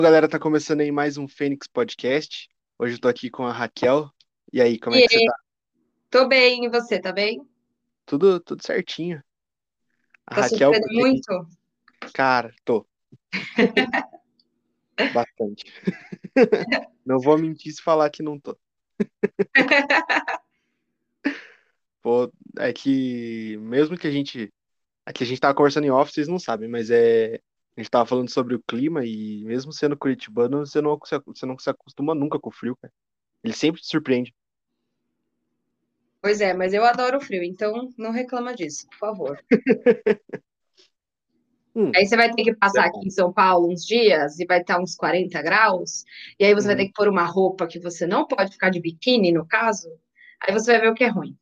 Galera, tá começando aí mais um Fênix Podcast. Hoje eu tô aqui com a Raquel. E aí, como é E que você tá? tô bem, e você, tá bem? Tudo certinho. A Tá Raquel sofrendo tem. muito? Cara, tô bastante. Não vou mentir se falar que não tô. Pô, é que mesmo que a gente. Aqui a gente tava conversando em off, vocês não sabem, mas é. A gente tava falando sobre o clima e mesmo sendo curitibano, você não se acostuma nunca com o frio, cara. Ele sempre te surpreende. Pois é, mas eu adoro o frio, então não reclama disso, por favor. Hum, Aí você vai ter que é passar aqui bom. em São Paulo uns dias e vai estar uns 40 graus, e aí você vai ter Uhum, que pôr uma roupa que você não pode ficar de biquíni, no caso, aí você vai ver o que é ruim.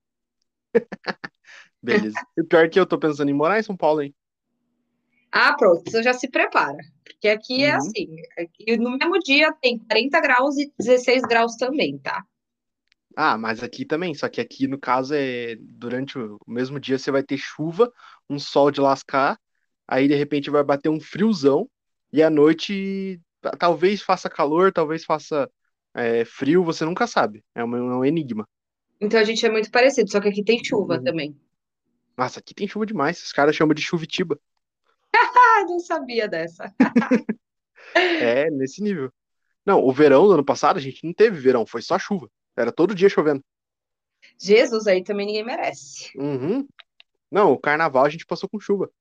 beleza. E o pior é que eu tô pensando em morar em São Paulo, hein? Ah, pronto, você já se prepara, porque aqui é Uhum. assim, aqui no mesmo dia tem 40 graus e 16 graus também, tá? Ah, mas aqui também, só que aqui no caso é durante o mesmo dia você vai ter chuva, um sol de lascar, aí de repente vai bater um friozão e à noite talvez faça calor, talvez faça frio, você nunca sabe. É um enigma. Então a gente é muito parecido, só que aqui tem chuva Uhum. também. Nossa, aqui tem chuva demais, os caras chamam de chuvitiba. Ah, não sabia dessa. É nesse nível. Não, o verão do ano passado a gente não teve verão, foi só chuva. Era todo dia chovendo. Jesus, aí também ninguém merece. Uhum. Não, o carnaval a gente passou com chuva.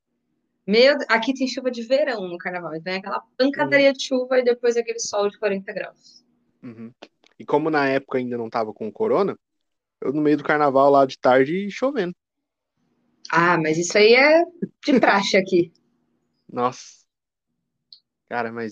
Aqui tem chuva de verão no carnaval, então é aquela Uhum. pancadaria de chuva e depois aquele sol de 40 graus. Uhum. E como na época ainda não tava com o corona, eu no meio do carnaval lá de tarde chovendo. Ah, mas isso aí é de praxe aqui. Nossa, cara, mas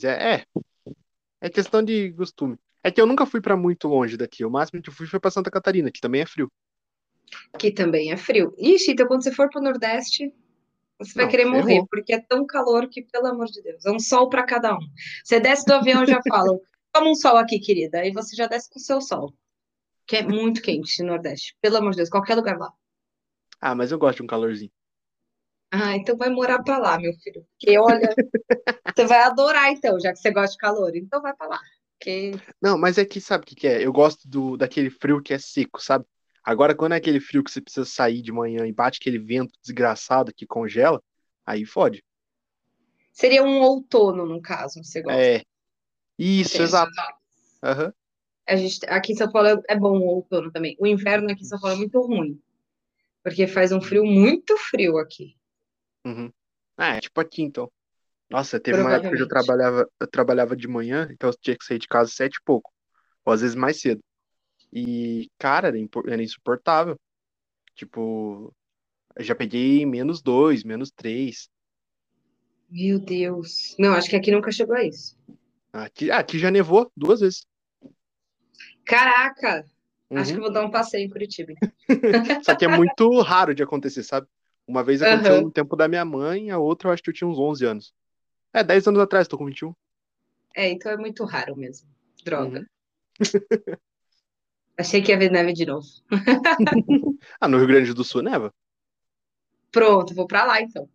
é questão de costume. É que eu nunca fui pra muito longe daqui. O máximo que eu fui foi pra Santa Catarina, que também é frio. Que também é frio. Ixi, então quando você for pro Nordeste, você vai Não, querer morrer, ferrou. porque é tão calor que, pelo amor de Deus, é um sol para cada um. Você desce do avião e já falam, toma um sol aqui, querida. Aí você já desce com o seu sol, que é muito quente no Nordeste. Pelo amor de Deus, qualquer lugar lá. Ah, mas eu gosto de um calorzinho. Ah, então vai morar pra lá, meu filho. Porque olha, você vai adorar então, já que você gosta de calor. Então vai pra lá. Porque Não, mas é que sabe o que que é? Eu gosto daquele frio que é seco, sabe? Agora, quando é aquele frio que você precisa sair de manhã e bate aquele vento desgraçado que congela, aí fode. seria um outono, no caso, você gosta. É, isso, Isso. exato. Aham. Aqui em São Paulo é bom o outono também. O inverno aqui em São Paulo é muito ruim, porque faz um frio muito frio aqui, Uhum. Ah, é tipo aqui então. Nossa, teve uma época que provavelmente. eu trabalhava de manhã, então eu tinha que sair de casa 7 e pouco, ou às vezes mais cedo. E, cara, era insuportável. Tipo, eu já peguei -2, -3. Meu Deus. Não, acho que aqui nunca chegou a isso. Aqui já nevou 2 vezes. Caraca! Acho que eu Uhum. vou dar um passeio em Curitiba. Só que é muito raro de acontecer, sabe? Uma vez aconteceu no Aham. tempo da minha mãe, a outra eu acho que eu tinha uns 11 anos. É, 10 anos atrás, tô com 21. É, então é muito raro mesmo. Droga. Uhum. Achei que ia ver neve de novo. Ah, no Rio Grande do Sul neva. Pronto, vou pra lá então.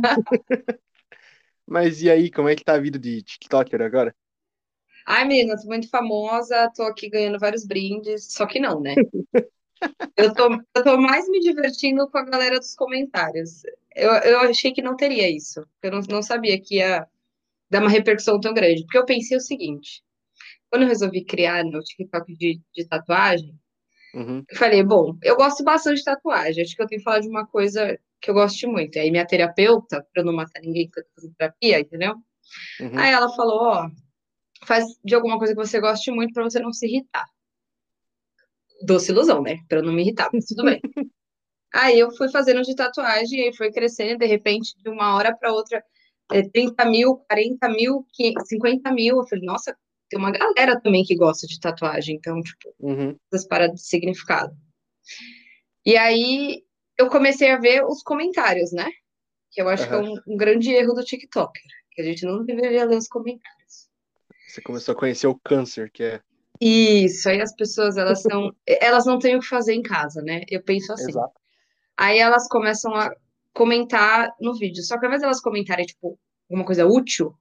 Mas e aí, como é que tá a vida de TikToker agora? Ai, menina, tô muito famosa, tô aqui ganhando vários brindes, só que não, né? Eu tô mais me divertindo com a galera dos comentários. Eu achei que não teria isso. Eu não sabia que ia dar uma repercussão tão grande. Porque eu pensei o seguinte: quando eu resolvi criar meu TikTok de tatuagem, Uhum, eu falei, bom, eu gosto bastante de tatuagem. Acho que eu tenho que falar de uma coisa que eu gosto muito. E aí, minha terapeuta, pra eu não matar ninguém que eu tô fazendo terapia, entendeu? uhum. Aí ela falou: ó, faz de alguma coisa que você goste muito pra você não se irritar. Doce ilusão, né? Pra eu não me irritar, mas tudo bem. Aí eu fui fazendo de tatuagem, e aí foi crescendo, e de repente, de uma hora para outra, 30 mil, 40 mil, 50 mil. Eu falei, nossa, tem uma galera também que gosta de tatuagem, então, tipo, Uhum, essas paradas de significado. E aí eu comecei a ver os comentários, né? Que eu acho que é aham. um grande erro do TikToker, que a gente não deveria ler os comentários. Você começou a conhecer o câncer, que é. Isso, aí as pessoas, elas não têm o que fazer em casa, né? Eu penso assim. Exato. Aí elas começam a comentar no vídeo. Só que ao invés de elas comentarem, tipo, alguma coisa útil,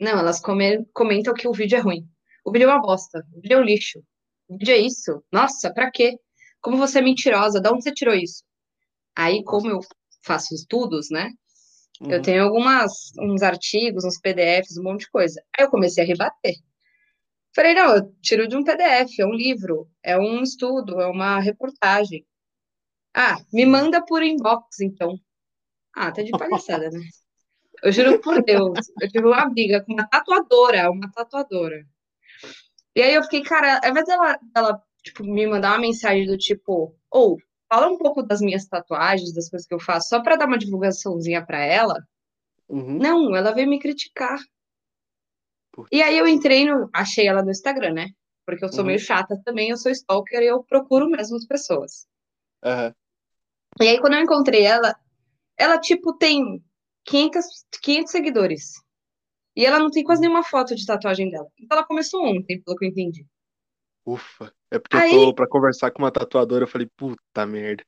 Não, elas comentam que o vídeo é ruim. O vídeo é uma bosta. O vídeo é um lixo. O vídeo é isso. Nossa, pra quê? Como você é mentirosa? Da onde você tirou isso? Aí, como Nossa. eu faço estudos, né? Eu Uhum. tenho uns artigos, uns PDFs, um monte de coisa. Aí eu comecei a rebater. Falei, não, eu tiro de um PDF, é um livro, é um estudo, é uma reportagem. Ah, me Sim. manda por inbox, então. Ah, tá de palhaçada, né? Eu juro por Deus, eu tive uma briga com uma tatuadora. E aí eu fiquei, cara, ao invés dela tipo, me mandar uma mensagem do tipo, ou fala um pouco das minhas tatuagens, das coisas que eu faço, só pra dar uma divulgaçãozinha pra ela. Uhum. Não, ela veio me criticar. E aí Putz. eu entrei no, achei ela no Instagram, né? Porque eu sou meio Uhum. chata também, eu sou stalker e eu procuro mesmo as pessoas. Aham. E aí quando eu encontrei ela, ela tipo tem 500, 500 seguidores. E ela não tem quase nenhuma foto de tatuagem dela. Então ela começou ontem, pelo que eu entendi. Ufa. É porque eu tô Aí, pra conversar com uma tatuadora, eu falei, puta merda.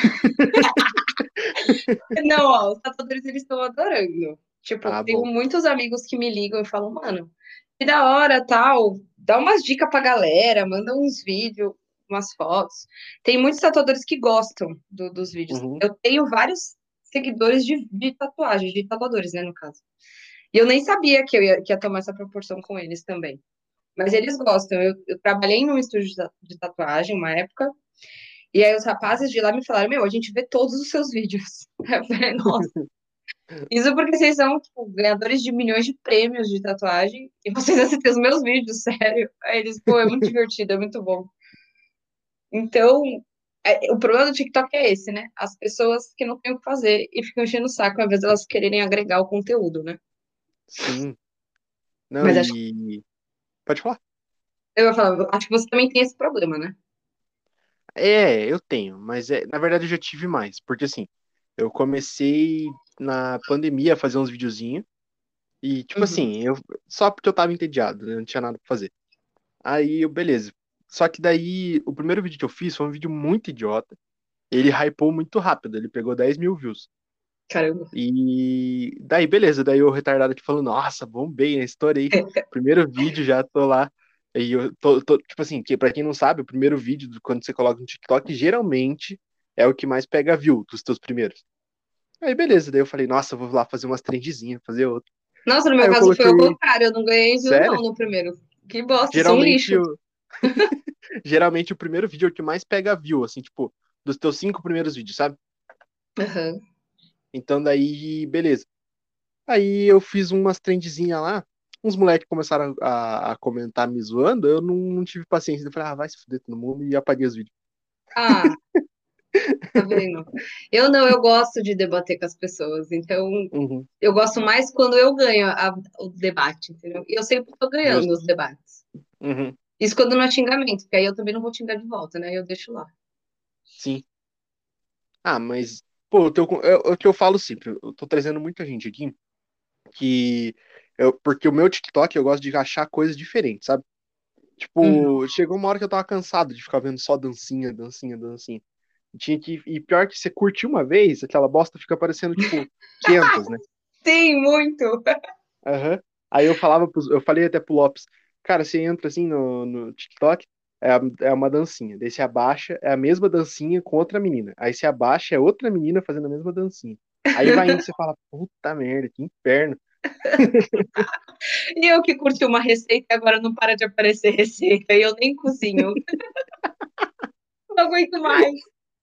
não, ó, os tatuadores eles estão adorando. Tipo, Ah, tenho bom. muitos amigos que me ligam e falam, mano, que da hora, tal, dá umas dicas pra galera, manda uns vídeos, umas fotos. Tem muitos tatuadores que gostam dos vídeos. Uhum. Eu tenho vários seguidores de tatuagens, de tatuadores, né, no caso. E eu nem sabia que ia tomar essa proporção com eles também. Mas eles gostam. Eu trabalhei num estúdio de tatuagem uma época, e aí os rapazes de lá me falaram, meu, a gente vê todos os seus vídeos. Eu falei, nossa. Isso porque vocês são, tipo, ganhadores de milhões de prêmios de tatuagem e vocês assistem os meus vídeos, sério. Aí eles, pô, é muito divertido, é muito bom. Então, o problema do TikTok é esse, né? As pessoas que não têm o que fazer e ficam enchendo o saco, ao invés de elas quererem agregar o conteúdo, né? Sim. Não, Mas acho, e. Pode falar. eu ia falar, acho que você também tem esse problema, né? É, eu tenho, mas na verdade eu já tive mais, porque assim, eu comecei na pandemia a fazer uns videozinhos e tipo Uhum. assim, só porque eu tava entediado, né, não tinha nada pra fazer. Aí eu, beleza. Só que daí, o primeiro vídeo que eu fiz foi um vídeo muito idiota. Ele hypou muito rápido, ele pegou 10 mil views. Caramba. E daí, beleza, daí eu retardado aqui falando, nossa, bombei, né? Estourei. Primeiro vídeo, já tô lá. E eu tipo assim, pra quem não sabe, o primeiro vídeo, quando você coloca no TikTok, geralmente é o que mais pega view dos teus primeiros. Aí, beleza, daí eu falei, nossa, eu vou lá fazer umas trendzinhas, fazer outro. Nossa, no meu Aí eu caso foi ao coloquei, contrário, eu não ganhei view não sério? no primeiro. Que bosta, sou um Geralmente, lixo. geralmente o primeiro vídeo é o que mais pega view, assim, tipo, dos teus 5 primeiros vídeos, sabe? Aham. Então daí, beleza. Aí eu fiz umas trendzinhas lá, uns moleques começaram a comentar me zoando, eu não tive paciência. Eu falei, ah, vai se fuder todo mundo e apaguei os vídeos. Ah, tá vendo? Eu não, eu gosto de debater com as pessoas, então Uhum, eu gosto mais quando eu ganho o debate, entendeu? E eu sempre tô ganhando justo. os debates. Uhum, Isso quando não é xingamento, porque aí eu também não vou xingar de volta, né? Eu deixo lá. sim. Ah, mas, pô, o que eu falo sempre, eu tô trazendo muita gente aqui porque o meu TikTok eu gosto de achar coisas diferentes, sabe? Uhum. Tipo, chegou uma hora que eu tava cansado de ficar vendo só dancinha, dancinha, dancinha. E pior que você curtiu uma vez, aquela bosta fica aparecendo, tipo, 500, né? Sim, muito. Aham. Aí eu falei até pro Lopes, cara, você entra assim no TikTok, é uma dancinha. Daí você abaixa, é a mesma dancinha com outra menina. Aí você abaixa, é outra menina fazendo a mesma dancinha. Aí vai indo, você fala, puta merda, que inferno. E eu que curti uma receita e agora não para de aparecer receita e eu nem cozinho. Não aguento mais.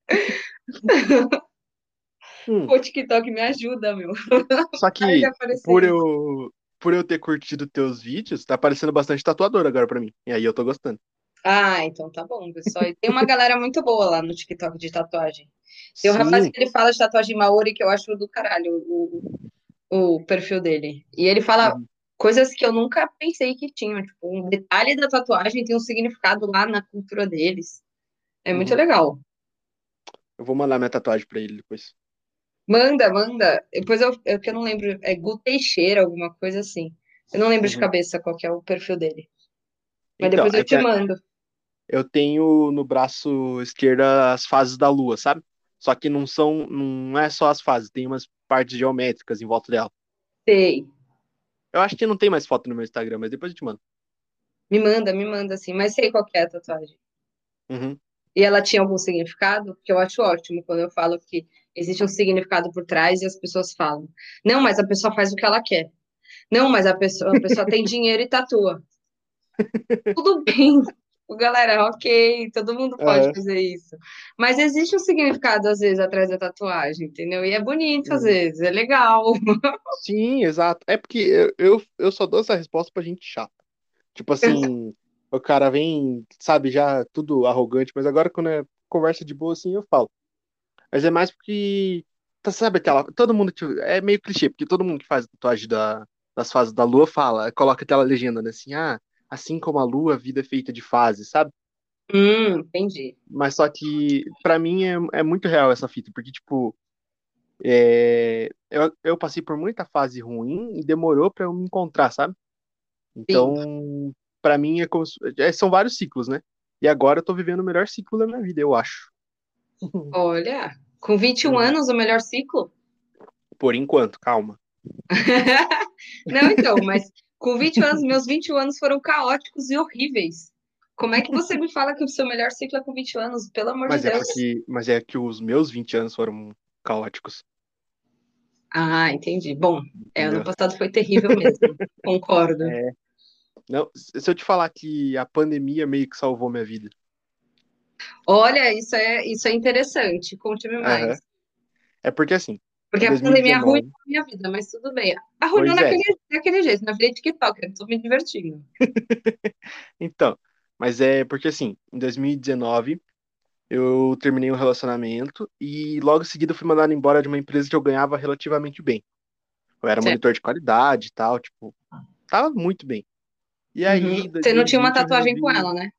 Hum. O TikTok me ajuda, meu. Só Para de que aparecer por isso. eu, por eu ter curtido teus vídeos, tá aparecendo bastante tatuador agora pra mim. E aí eu tô gostando. Ah, então tá bom, pessoal. E tem uma galera muito boa lá no TikTok de tatuagem. Tem um rapaz Sim. que ele fala de tatuagem Maori que eu acho do caralho o perfil dele. E ele fala Uhum, coisas que eu nunca pensei que tinham. Tipo, um detalhe da tatuagem tem um significado lá na cultura deles. É muito uhum. legal. Eu vou mandar minha tatuagem pra ele depois. Manda, manda. Depois que eu não lembro, é Gu Teixeira, alguma coisa assim. Eu não lembro de Uhum. cabeça qual que é o perfil dele. Mas Então, depois eu te mando. eu tenho no braço esquerdo as fases da Lua, sabe? Só que não é só as fases, tem umas partes geométricas em volta dela. Sei. Eu acho que não tem mais foto no meu Instagram, mas depois eu te mando. Me manda assim, mas sei qual que é a tatuagem. Uhum. E ela tinha algum significado? Porque eu acho ótimo quando eu falo que existe um significado por trás e as pessoas falam. Não, mas a pessoa faz o que ela quer. Não, mas a pessoa tem dinheiro e tatua. Tudo bem, galera, ok, todo mundo pode Aham. fazer isso. Mas existe um significado, às vezes, atrás da tatuagem, entendeu? E é bonito, às Uhum. vezes, é legal. Sim, exato. É porque eu só dou essa resposta pra gente chata. Tipo assim, o cara vem, sabe, já tudo arrogante, mas agora quando é conversa de boa assim, eu falo. Mas é mais porque, tá, sabe aquela, todo mundo, é meio clichê, porque todo mundo que faz tatuagem das fases da lua fala, coloca aquela legenda, né, assim, assim como a lua, a vida é feita de fases, sabe? Entendi. Mas só que, pra mim, é muito real essa fita, porque, tipo, eu passei por muita fase ruim e demorou pra eu me encontrar, sabe? Sim. Então, pra mim, são vários ciclos, né? E agora eu tô vivendo o melhor ciclo da minha vida, eu acho. Olha, com 21 Uhum. anos, o melhor ciclo? Por enquanto, calma. Não, então, mas com 21 anos, meus 21 anos foram caóticos e horríveis. Como é que você me fala que o seu melhor ciclo é com 21 anos? Pelo amor de Deus. Mas é que os meus 20 anos foram caóticos, Ah, entendi. Bom, ano entendeu? passado foi terrível mesmo. Concordo. É. Não, se eu te falar que a pandemia meio que salvou minha vida. Olha, isso é interessante. Conte-me Aham. mais. É porque assim, Porque em a pandemia arruinou 2019, a minha vida, mas tudo bem. Arruinou pois é. daquele jeito, na vida TikTok, eu tô me divertindo. Então, mas é porque assim, em 2019 eu terminei um relacionamento e logo em seguida eu fui mandado embora de uma empresa que eu ganhava relativamente bem. Eu era Certo. monitor de qualidade e tal, tipo, tava muito bem. E aí, Uhum. em Você não tinha uma 2020 eu tatuagem com resolvi. ela, né?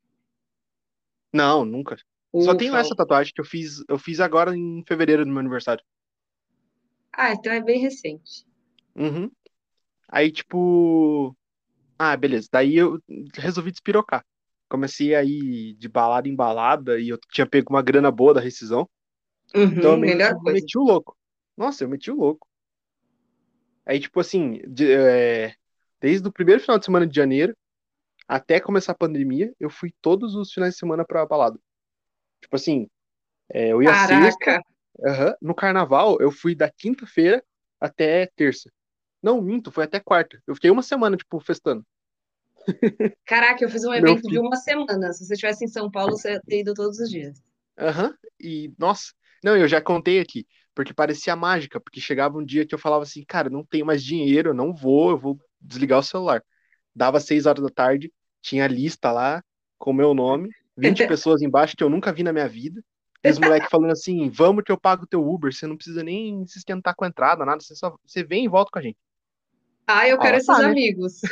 Não, nunca. Só tenho Ufa. essa tatuagem que eu fiz agora em fevereiro do meu aniversário. Ah, então é bem recente. Uhum. Aí, tipo, beleza. Daí eu resolvi despirocar. Comecei a ir de balada em balada e eu tinha pego uma grana boa da rescisão. Então eu Uhum, meio que melhor coisa. meti o louco. Nossa, eu meti o louco. Aí, tipo assim, desde o primeiro final de semana de janeiro até começar a pandemia, eu fui todos os finais de semana pra balada. Tipo assim, eu ia sexta, Caraca, aham, no carnaval eu fui da quinta-feira até terça. Não, minto, foi até quarta. Eu fiquei uma semana, tipo, festando. caraca, eu fiz um Meu evento de filho. uma semana. Se você estivesse em São Paulo, você ia ter ido todos os dias. Aham. E, nossa. Não, eu já contei aqui. Porque parecia mágica. Porque chegava um dia que eu falava assim, cara, não tenho mais dinheiro, eu vou desligar o celular. Dava 6 horas da tarde, tinha a lista lá com o meu nome, 20 pessoas embaixo que eu nunca vi na minha vida. E os moleques falando assim, vamos que eu pago o teu Uber, você não precisa nem se esquentar com a entrada, nada, você vem e volta com a gente. Ah, Eu eu quero falava, esses tá, né? amigos.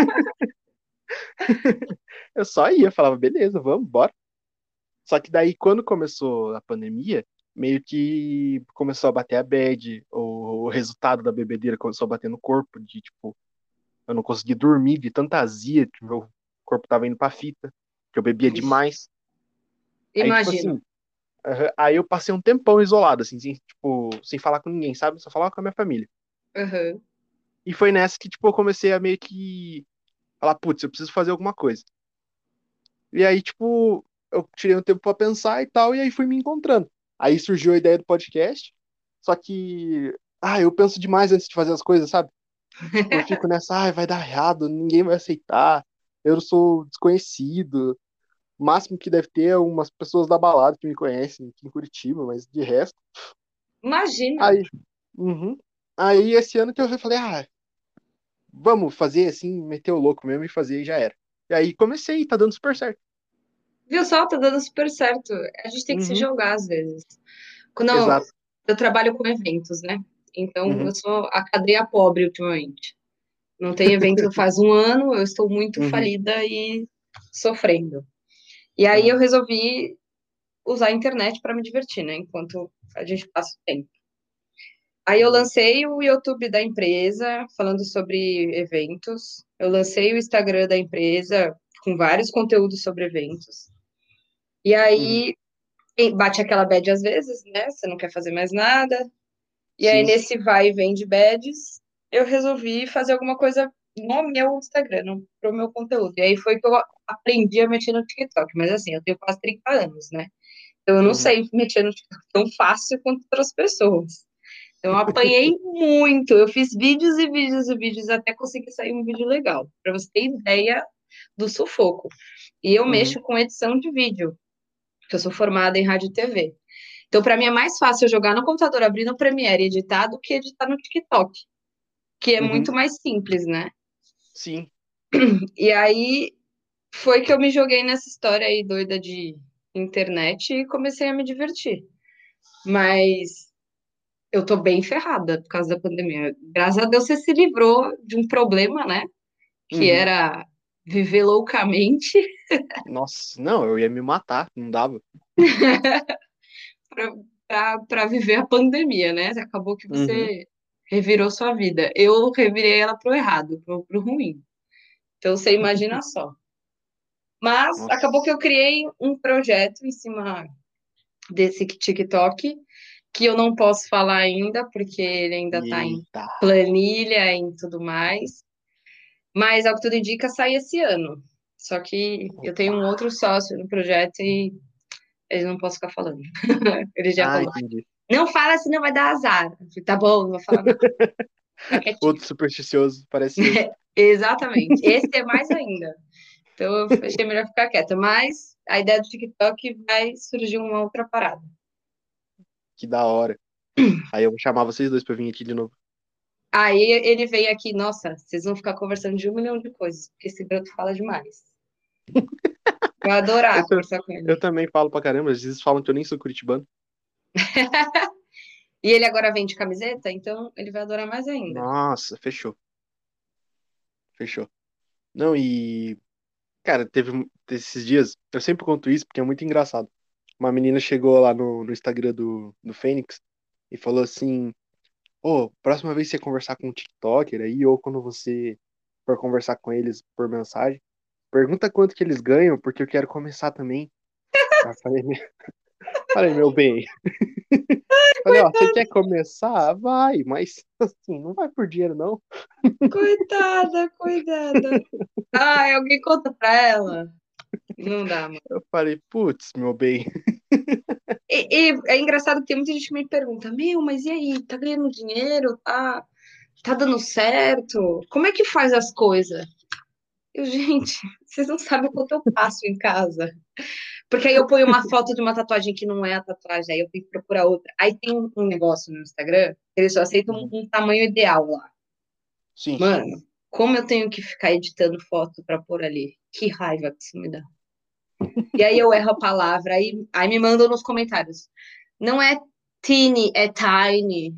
Eu só ia, falava, beleza, vamos, bora. Só que daí, quando começou a pandemia, meio que começou a bater a bad, o resultado da bebedeira começou a bater no corpo, de tipo, eu não conseguia dormir de tanta azia, que meu corpo tava indo pra fita, que eu bebia Vixe, demais. Aí, tipo imagino. assim, aí eu passei um tempão isolado, assim, tipo, sem falar com ninguém, sabe? Só falava com a minha família. Aham. E foi nessa que, tipo, eu comecei a meio que falar, putz, eu preciso fazer alguma coisa. E aí, tipo, eu tirei um tempo pra pensar e tal, e aí fui me encontrando. Aí surgiu a ideia do podcast, só que, eu penso demais antes de fazer as coisas, sabe? Tipo, eu fico nessa, vai dar errado, ninguém vai aceitar, eu sou desconhecido. O máximo que deve ter é umas pessoas da balada que me conhecem aqui em Curitiba, mas de resto. Imagina. Aí, uhum. Aí esse ano que eu falei, vamos fazer assim, meter o louco mesmo e fazer e já era. E aí comecei, tá dando super certo. Viu só, tá dando super certo. A gente tem que se Uhum, jogar às vezes. Quando exato. eu trabalho com eventos, né? Então, eu Uhum, sou a cadeia pobre ultimamente. Não tem evento faz um ano, eu estou muito uhum, falida e sofrendo. E aí eu uhum, resolvi usar a internet para me divertir, né? Enquanto a gente passa o tempo. Aí eu uhum, lancei o YouTube da empresa, falando sobre eventos. Eu lancei o Instagram da empresa com vários conteúdos sobre eventos. E uhum. aí bate aquela bad às vezes, né? Você não quer fazer mais nada. E aí Sim. nesse vai e vem de bads, eu resolvi fazer alguma coisa no meu Instagram, pro meu conteúdo. E aí foi que eu aprendi a mexer no TikTok. Mas assim, eu tenho quase 30 anos, né? Então eu não Uhum, sei mexer no TikTok tão fácil quanto outras pessoas. Então eu apanhei muito. Eu fiz vídeos e vídeos e vídeos até conseguir sair um vídeo legal. Pra você ter ideia do sufoco. E eu uhum, mexo com edição de vídeo, que eu sou formada em rádio e TV. Então, para mim é mais fácil eu jogar no computador, abrir no Premiere e editar do que editar no TikTok, que é uhum. muito mais simples, né? Sim. E aí foi que eu me joguei nessa história aí doida de internet e comecei a me divertir. Mas eu tô bem ferrada por causa da pandemia. Graças a Deus você se livrou de um problema, né? Que Uhum. era viver loucamente Nossa, não, eu ia me matar, não dava. para viver a pandemia, né? Acabou que Uhum. você revirou sua vida. Eu revirei ela pro errado, pro ruim. Então você imagina só. Mas acabou que Nossa. eu criei um projeto em cima desse TikTok que eu não posso falar ainda, porque ele ainda está em Eita. planilha e tudo mais. Mas, ao que tudo indica, sai esse ano. Só que eu tenho Opa. um outro sócio no projeto e ele não posso ficar falando. Ele já Ah, falou. entendi. Não fala, senão vai dar azar. Eu falei, tá bom, não vou falar nada. Tá quietinho. Outro supersticioso, parece eu. Exatamente. Esse é mais ainda. Então eu achei melhor ficar quieta. Mas a ideia do TikTok vai surgir uma outra parada. Que da hora. Aí eu vou chamar vocês dois pra vir aqui de novo. Aí ele veio aqui, nossa, vocês vão ficar conversando de um milhão de coisas, porque esse broto fala demais. Eu Eu, adorar ta- conversar com ele. eu também falo pra caramba, às vezes falam que eu nem sou curitibano. E ele agora vende camiseta, então ele vai adorar mais ainda. Nossa, fechou, fechou. Não, e, cara, esses dias, eu sempre conto isso porque é muito engraçado. Uma menina chegou lá no Instagram do Fênix e falou assim: Ô, próxima vez que você conversar com um TikToker aí, ou quando você for conversar com eles por mensagem, pergunta quanto que eles ganham, porque eu quero começar também. Aí eu falei, falei, meu bem. Falei, ó, você quer começar? Vai, mas assim, não vai por dinheiro, não. Coitada, coitada. Ai, alguém conta pra ela? Não dá, mano. Eu falei, putz, meu bem. E é engraçado que tem muita gente que me pergunta, meu, mas e aí, tá ganhando dinheiro? Tá dando certo? Como é que faz as coisas? Eu, gente, vocês não sabem o quanto eu passo em casa. Porque aí eu ponho uma foto de uma tatuagem que não é a tatuagem, aí eu tenho que procurar outra. Aí tem um negócio no Instagram, eles só aceitam Uhum. um tamanho ideal lá. Sim. Mano, como eu tenho que ficar editando foto pra pôr ali? Que raiva que isso me dá. E aí eu erro a palavra, aí me mandam nos comentários. Não é teeny, é tiny.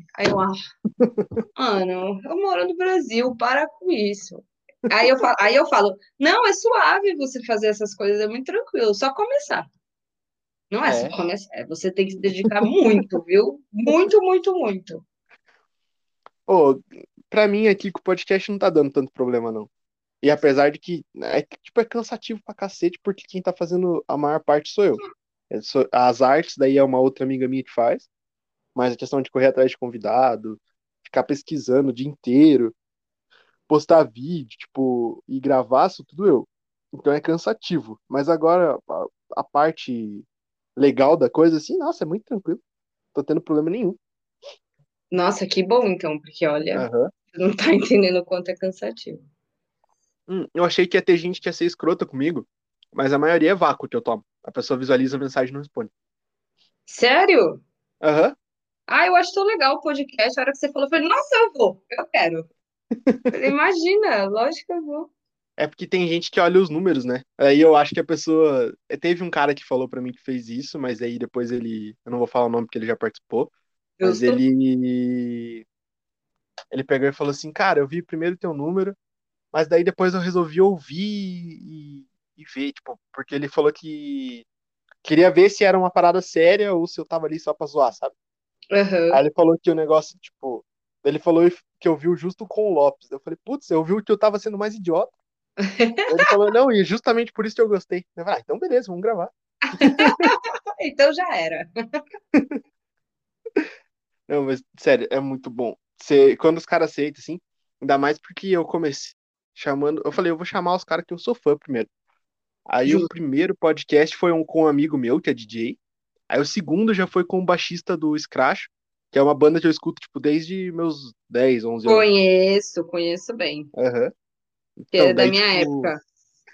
Mano, eu moro no Brasil, para com isso. Aí eu falo, não, é suave você fazer essas coisas, é muito tranquilo, só começar. Não é só É. começar, você tem que se dedicar muito, viu? Muito, muito, muito. Ô, pra mim aqui com o podcast não tá dando tanto problema, não. E apesar de que tipo, é cansativo pra cacete, porque quem tá fazendo a maior parte sou eu. As artes, daí é uma outra amiga minha que faz, mas a questão de correr atrás de convidado, ficar pesquisando o dia inteiro, postar vídeo, tipo, e gravar, isso tudo eu. Então é cansativo. Mas agora, a parte legal da coisa, assim, nossa, é muito tranquilo. Tô tendo problema nenhum. Nossa, que bom então, porque olha, Aham. você não tá entendendo o quanto é cansativo. Eu achei que ia ter gente que ia ser escrota comigo, mas a maioria é vácuo que eu tomo. A pessoa visualiza a mensagem e não responde. Sério? Aham. Ah, eu acho tão legal o podcast. A hora que você falou, eu falei, nossa, eu vou, eu quero. Eu falei, imagina, lógico que eu vou. É porque tem gente que olha os números, né? Aí eu acho que a pessoa. Teve um cara que falou pra mim que fez isso, mas aí depois ele. Eu não vou falar o nome porque ele já participou. Mas Justo. ele. Ele pegou e falou assim: Cara, eu vi primeiro teu número, mas daí depois eu resolvi ouvir e ver, tipo, porque ele falou que queria ver se era uma parada séria ou se eu tava ali só pra zoar, sabe? Aham. Aí ele falou que o negócio, tipo. Ele falou que ouviu justo com o Lopes. Eu falei, putz, eu vi que eu tava sendo mais idiota. Ele falou, não, e justamente por isso que eu gostei. Eu falei, então beleza, vamos gravar. Então já era. Não, mas sério, é muito bom. Quando os caras aceitam, assim, ainda mais porque eu comecei. chamando. Eu falei, eu vou chamar os caras que eu sou fã primeiro. Aí o Justo. primeiro podcast foi com um amigo meu, que é DJ. Aí o segundo já foi com o baixista do Scratch, que é uma banda que eu escuto, tipo, desde meus 10, 11 anos. Conheço bem. Aham. Que Então, é da daí, minha tipo, época.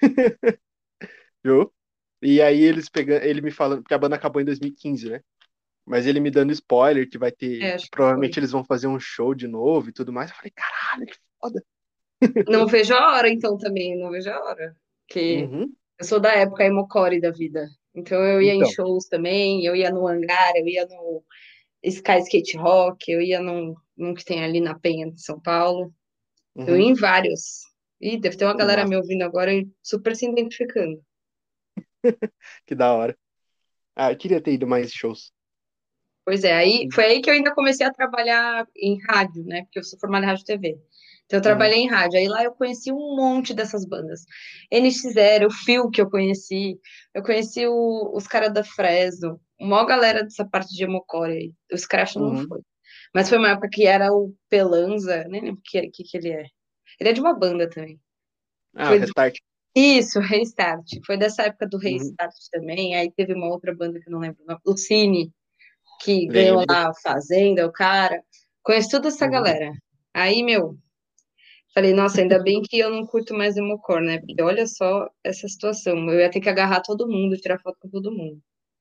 viu? E aí eles pegando, ele me falando, porque a banda acabou em 2015, né? Mas ele me dando spoiler que vai ter, É, que acho que foi. provavelmente eles vão fazer um show de novo e tudo mais. Eu falei, caralho, que foda. Não vejo a hora, então, também. Não vejo a hora. Porque Uhum. eu sou da época emocore da vida. Então, eu ia em Então. shows também. Eu ia no Hangar, eu ia no Sky Skate Rock, eu ia num que tem ali na Penha de São Paulo. Eu ia Uhum. em vários. Ih, deve ter uma Que galera me massa. ouvindo agora e super se identificando. Que da hora. Ah, eu queria ter ido mais shows. Pois é, aí foi aí que eu ainda comecei a trabalhar em rádio, né? Porque eu sou formada em rádio e TV. Então eu Uhum. trabalhei em rádio. Aí lá eu conheci um monte dessas bandas. NX Zero, o Fio que eu conheci os caras da Fresno, uma maior galera dessa parte de emocore aí. O Scratch não Uhum. foi. Mas foi uma época que era o Pelanza, nem lembro que ele é. Ele é de uma banda também. Ah, o Foi Restart. isso, Restart. Foi dessa época do Uhum. Restart também. Aí teve uma outra banda que eu não lembro o nome. Lucine, que ganhou Lembro. lá a Fazenda, o cara. Conheço toda essa Uhum. galera. Aí, meu, falei, nossa, ainda bem que eu não curto mais Emocor, né? Porque olha só essa situação. Eu ia ter que agarrar todo mundo, tirar foto com todo mundo.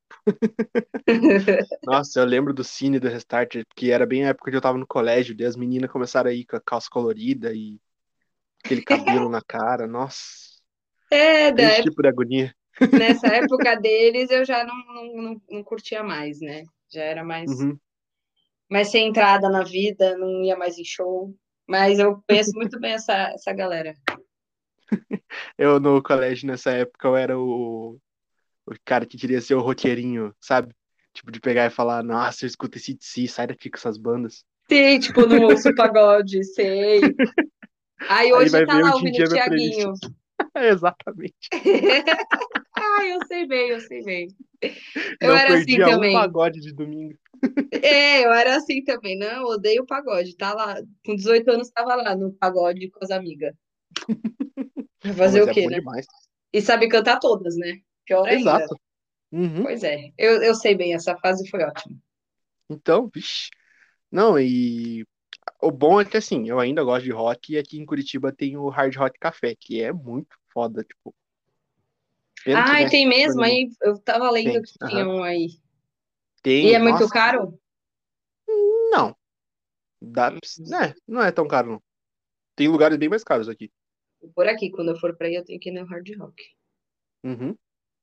Nossa, eu lembro do Cine do Restart, que era bem a época que eu tava no colégio, daí as meninas começaram a ir com a calça colorida e aquele cabelo na cara. Nossa, É, esse tipo de agonia. nessa época deles eu já não curtia mais, né? Já era Uhum. mais centrada na vida, não ia mais em show. Mas eu conheço muito bem essa galera. Eu no colégio nessa época eu era o cara que queria ser o roqueirinho, sabe? Tipo, de pegar e falar, nossa, eu escuto esse DC, sai daqui com essas bandas. Sei, tipo, não ouço pagode, sei. Aí Aí hoje vai tá ver lá hoje em ouvindo o dia minha playlist. Thiaguinho. Exatamente. Ah, eu sei bem, eu sei bem. Eu Não era assim perdia um também. pagode de domingo. É, eu era assim também. Não, eu odeio pagode. Tá lá, com 18 anos, tava lá no pagode com as amigas. Vai Pô, fazer mas o é quê, bom né? demais. E sabe cantar todas, né? Pior ainda. Exato. Uhum. Pois é, eu sei bem, essa fase foi ótima. Então, vixi. Não, e o bom é que assim, eu ainda gosto de rock e aqui em Curitiba tem o Hard Rock Café, que é muito foda, tipo, pena que, Ai, né, tem mesmo? pandemia. Aí eu tava lendo Tem, que tinha aham. um aí. E é Tem, muito nossa, caro? não, né, não é tão caro não. Tem lugares bem mais caros aqui. Por aqui, quando eu for pra aí, eu tenho que ir no Hard Rock. Uhum.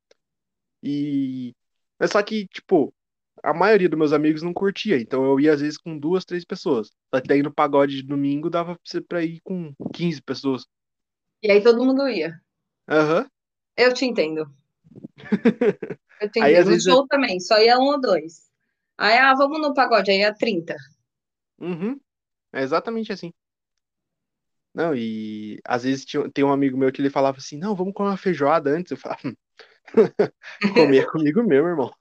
E mas só que, tipo, a maioria dos meus amigos não curtia, então eu ia às vezes com duas, três pessoas. Só que daí no pagode de domingo dava pra ir com 15 pessoas. E aí todo mundo ia. Aham. Eu te entendo. Eu te Aí entendo. às No vezes show também, só ia um ou dois. Aí, vamos no pagode, aí ia 30. uhum, é exatamente assim. Não, e às vezes tem um amigo meu que ele falava assim, não, vamos comer uma feijoada antes. Eu falava, comer comigo mesmo, irmão.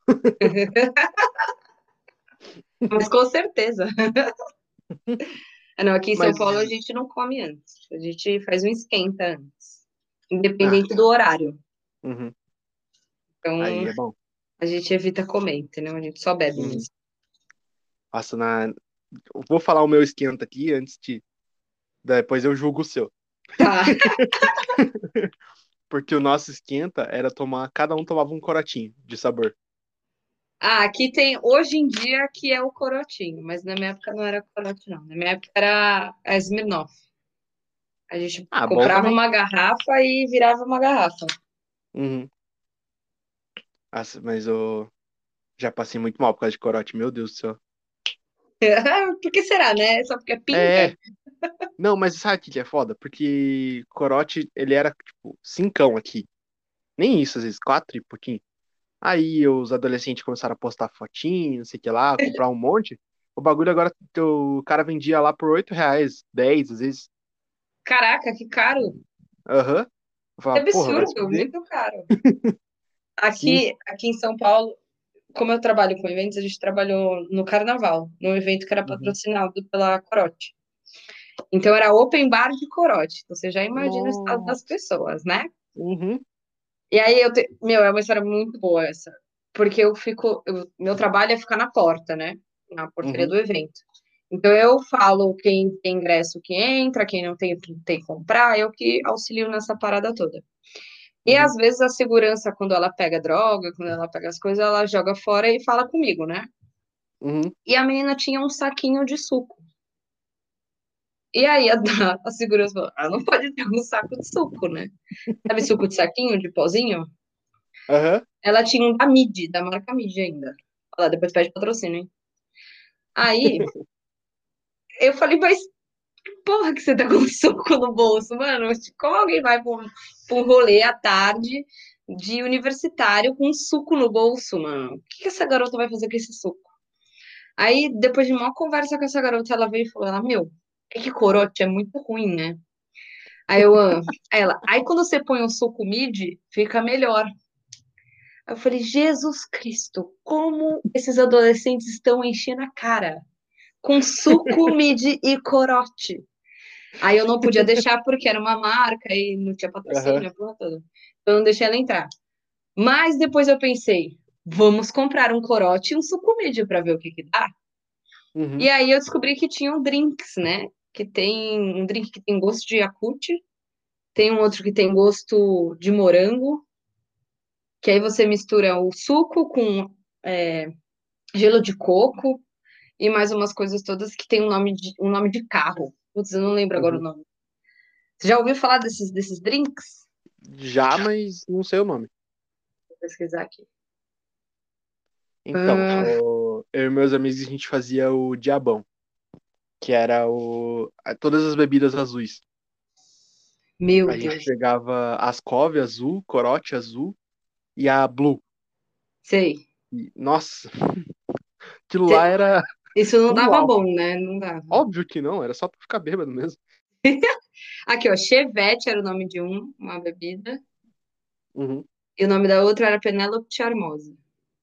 Mas com certeza. Ah, não, aqui em São Mas, Paulo a gente não come antes. A gente faz um esquenta antes. ah, Independente do horário. uhum, aí Então, é bom. a gente evita comer, entendeu? A gente só bebe Uhum. mesmo. Passa na. Eu vou falar o meu esquenta aqui antes de. Depois eu julgo o seu. Tá. Porque o nosso esquenta era tomar. Cada um tomava um corotinho de sabor. Aqui tem, hoje em dia, que é o corotinho, mas na minha época não era corote, não. Na minha época era a Smirnoff. A gente Ah, bom comprava também. uma garrafa e virava uma garrafa. Uhum. Nossa, mas eu já passei muito mal por causa de corote, meu Deus do céu. Por que será, né? Só porque é pinga? É, não, mas sabe o que que é foda? Porque corote, ele era, tipo, cincão aqui. Nem isso, às vezes, quatro e pouquinho. Aí os adolescentes começaram a postar fotinho, não sei o que lá, comprar um monte. O bagulho agora, o cara vendia lá por R$ 8, 10 às vezes. Caraca, que caro! Aham. Eu Que falava, porra, vai se absurdo, fuder. muito caro. Sim. Aqui em São Paulo, como eu trabalho com eventos, a gente trabalhou no Carnaval, num evento que era Uhum. patrocinado pela Corote. Então era open bar de corote. Então você já imagina o estado das Nossa. pessoas, né? Uhum, E aí meu, é uma história muito boa essa. Porque meu trabalho é ficar na porta, né? Na portaria uhum, do evento. Então eu falo quem tem ingresso que entra, quem não tem, que tem que comprar, eu que auxilio nessa parada toda. E às uhum, vezes a segurança, quando ela pega droga, quando ela pega as coisas, ela joga fora e fala comigo, né? uhum. E a menina tinha um saquinho de suco. E aí a segurança falou: ah, não pode ter um saco de suco, né? Sabe suco de saquinho, de pozinho? Aham. Ela tinha um da Midi, da marca Midi ainda. Olha lá, depois pede patrocínio, hein? Aí eu falei, mas que porra que você tá com suco no bolso, mano? Como alguém vai pra um rolê à tarde de universitário com suco no bolso, mano? O que essa garota vai fazer com esse suco? Aí, depois de uma conversa com essa garota, ela veio e falou: ela, meu, é que corote é muito ruim, né? Aí eu, aí ela, aí quando você põe um suco midi, fica melhor. Aí eu falei, Jesus Cristo, como esses adolescentes estão enchendo a cara com suco midi e corote. Aí eu não podia deixar porque era uma marca e não tinha Aham. patrocínio, a porra toda. Então eu não deixei ela entrar. Mas depois eu pensei, vamos comprar um corote e um suco midi para ver o que que dá. E Uhum. aí eu descobri que tinham drinks, né? Que tem um drink que tem gosto de Yakult, tem um outro que tem gosto de morango, que aí você mistura o suco com é, gelo de coco e mais umas coisas todas que tem um nome de carro. Putz, eu não lembro agora o Uhum. nome. Você já ouviu falar desses drinks? Já, mas não sei o nome. Vou pesquisar aqui. Então, Ah, eu e meus amigos a gente fazia o diabão, que era todas as bebidas azuis. meu A gente Deus, pegava Ascov azul, Corote azul e a Blue. sei. Nossa, aquilo lá Cê- era Isso não o dava auge. bom, né? Não dava. Óbvio que não, era só pra ficar bêbado mesmo. Aqui, ó, Chevette era o nome de uma bebida, Uhum. e o nome da outra era Penélope Charmosa.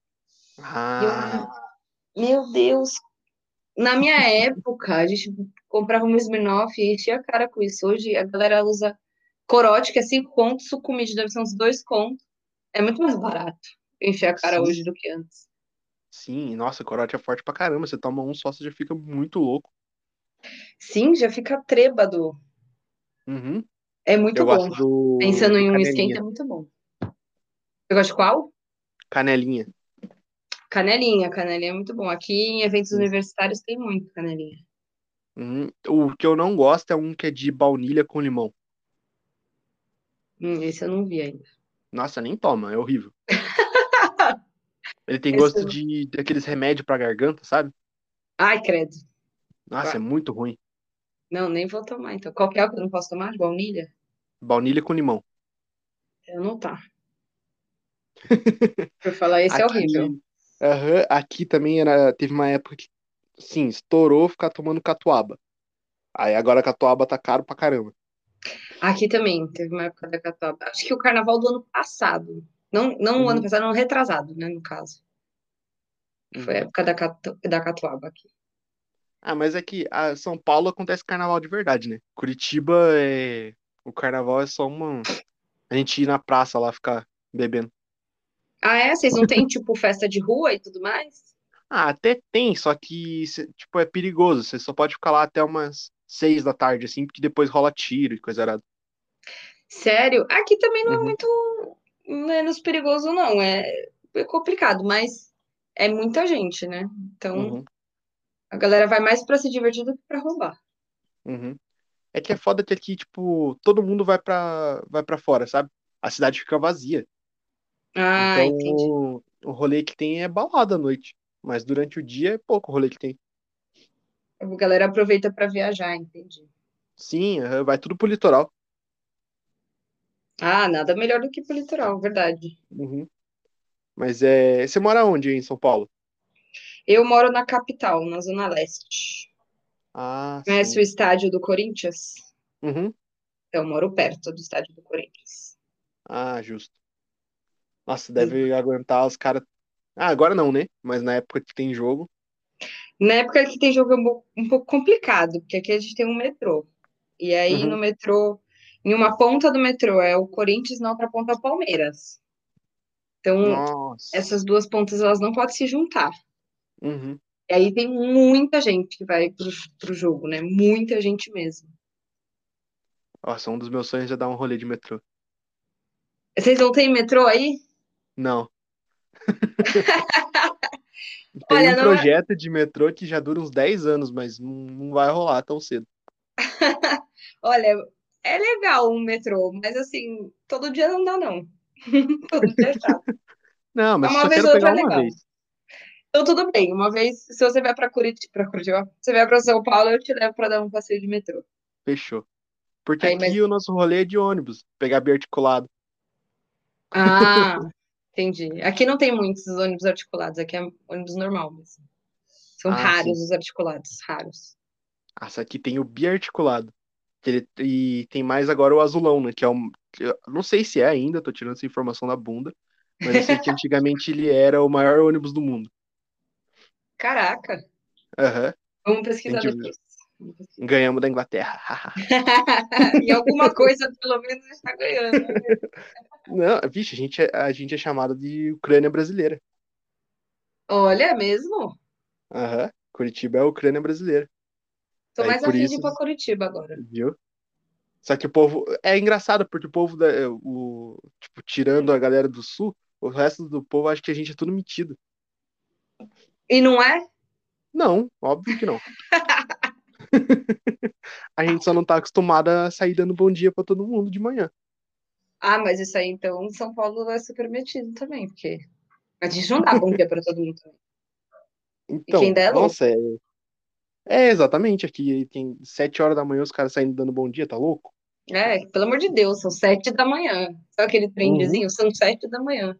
E eu, Ah, meu Deus, na minha época, a gente comprava um Smirnoff e enchia a cara com isso. Hoje a galera usa corote, que é 5 contos, sucumide deve ser uns 2 contos. É muito mais barato encher a cara sim, hoje do que antes. sim. Nossa, Corote é forte pra caramba. Você toma um só, você já fica muito louco. Sim, já fica trêbado. Uhum. É Eu muito bom. gosto do, Pensando do em um esquenta, Canelinha. é muito bom. Você gosta de qual? Canelinha. Canelinha. Canelinha é muito bom. Aqui em eventos Sim. universitários tem muito canelinha. Uhum. O que eu não gosto é um que é de baunilha com limão. Esse eu não vi ainda. Nossa, nem toma, é horrível. Ele tem Esse gosto de daqueles remédios pra garganta, sabe? Ai, credo. Nossa, é Vai. muito ruim. Não, nem vou tomar, então. Qual que é o que eu não posso tomar? De baunilha? Baunilha com limão. Eu não tá. Por falar, esse é horrível. Aqui, aham, aqui também teve uma época que, sim, estourou ficar tomando catuaba. Aí agora a catuaba tá caro pra caramba. Aqui também, teve uma época da Catuaba. Acho que o carnaval do ano passado. Não o ano Uhum, passado, ano retrasado, né, no caso. Foi a uhum. época da Catuaba aqui. Ah, mas é que São Paulo acontece carnaval de verdade, né? Curitiba é. O carnaval é só uma. A gente ir na praça lá ficar bebendo. Ah, é? Vocês não têm, tipo, festa de rua e tudo mais? Ah, até tem, só que, tipo, é perigoso. Você só pode ficar lá até umas 6 da tarde, assim, porque depois rola tiro e coisa errada. Sério? Aqui também não é Uhum, muito menos perigoso, não. É complicado, mas é muita gente, né? Então, uhum, a galera vai mais pra se divertir do que pra roubar. uhum. É que é foda que aqui, tipo, todo mundo vai pra fora, sabe? A cidade fica vazia. Ah, Então, entendi. o rolê que tem é balada à noite. Mas durante o dia é pouco o rolê que tem. A galera aproveita pra viajar, entendi. Sim, vai tudo pro litoral. Ah, nada melhor do que pro litoral, verdade. Uhum. Mas é. Você mora onde aí em São Paulo? Eu moro na capital, na Zona Leste. Ah, Conhece sim. o estádio do Corinthians? Uhum. Eu moro perto do estádio do Corinthians. Ah, justo. Nossa, deve aguentar os caras. Ah, agora não, né? Mas na época que tem jogo. Na época que tem jogo um pouco complicado, porque aqui a gente tem um metrô. E aí no Uhum. metrô, em uma ponta do metrô é o Corinthians, na outra ponta é o Palmeiras. Então, Nossa. essas duas pontas elas não podem se juntar. Uhum. E aí tem muita gente que vai pro jogo, né? Muita gente mesmo. Nossa, um dos meus sonhos é dar um rolê de metrô. Vocês não têm metrô aí? Não. Tem Olha, um não é... projeto de metrô que já dura uns 10 anos, mas não vai rolar tão cedo. Olha, é legal um metrô, mas assim, todo dia não dá, não. Todo dia é chato. Não, mas eu Uma só vez quero ou outra pegar é uma legal. vez. Então, tudo bem. Uma vez, se você vai pra Curitiba, você vai pra São Paulo, eu te levo pra dar um passeio de metrô. Fechou. Porque Aí, mas. aqui o nosso rolê é de ônibus, pegar biarticulado. Ah, entendi. Aqui não tem muitos ônibus articulados, aqui é ônibus normal mesmo. São Ah, raros sim. os articulados, raros. Essa aqui tem o biarticulado. E tem mais agora o azulão, né? Eu não sei se é ainda, tô tirando essa informação da bunda, mas eu sei que antigamente ele era o maior ônibus do mundo. Caraca, Aham. vamos A pesquisar gente depois. Vamos pesquisar. ganhamos da Inglaterra. E alguma coisa, pelo menos, está ganhando. Não, vixe, a gente é chamado de Ucrânia brasileira. Olha, é mesmo? Aham. Curitiba é a Ucrânia brasileira. Tô Aí mais por afim de ir isso, pra Curitiba agora. viu? Só que o povo. É engraçado, porque o povo tipo, tirando a galera do sul, o resto do povo acha que a gente é tudo metido. E não é? Não, óbvio que não. A gente só não tá acostumado a sair dando bom dia pra todo mundo de manhã. Ah, mas isso aí, então, São Paulo é super metido também, porque a gente não dá bom dia pra todo mundo também. E quem Então, dá é louco. nossa, é exatamente aqui. Tem 7 horas da manhã os caras saindo dando bom dia, tá louco? É, pelo amor de Deus, são 7 da manhã. Sabe aquele Uhum. trendezinho? São 7 da manhã.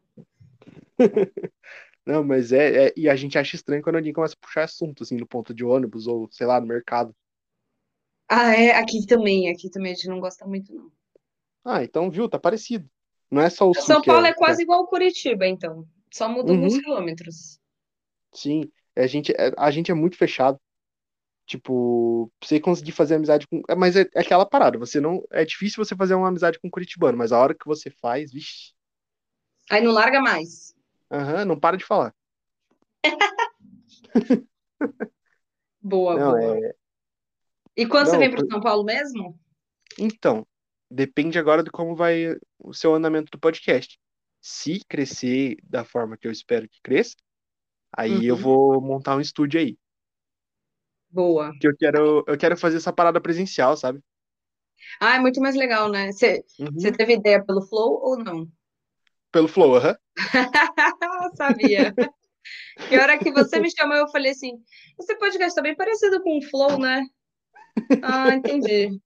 Não, mas e a gente acha estranho quando alguém começa a puxar assunto, assim, no ponto de ônibus ou, sei lá, no mercado. Ah, é, aqui também a gente não gosta muito, não. Ah, então, viu, tá parecido. Não é só o sul São que Paulo é. é quase igual Curitiba, então. Só muda alguns Uhum, quilômetros. sim. A gente é muito fechado. Tipo, pra você conseguir fazer amizade com. Mas é aquela parada, você não. É difícil você fazer uma amizade com um curitibano, mas a hora que você faz, vixe. Aí não larga mais. Aham, não para de falar. Boa, Não, boa. é. E quando você Não, vem para São Paulo mesmo? então, depende agora de como vai o seu andamento do podcast. Se crescer da forma que eu espero que cresça, aí eu Uhum. vou montar um estúdio aí. Boa. Que eu quero fazer essa parada presencial, sabe? Ah, é muito mais legal, né? Você Uhum. teve ideia pelo Flow ou não? Pelo Flow, aham. Sabia. E a hora que você me chamou, eu falei assim: esse podcast tá bem parecido com o Flow, né? Ah, entendi.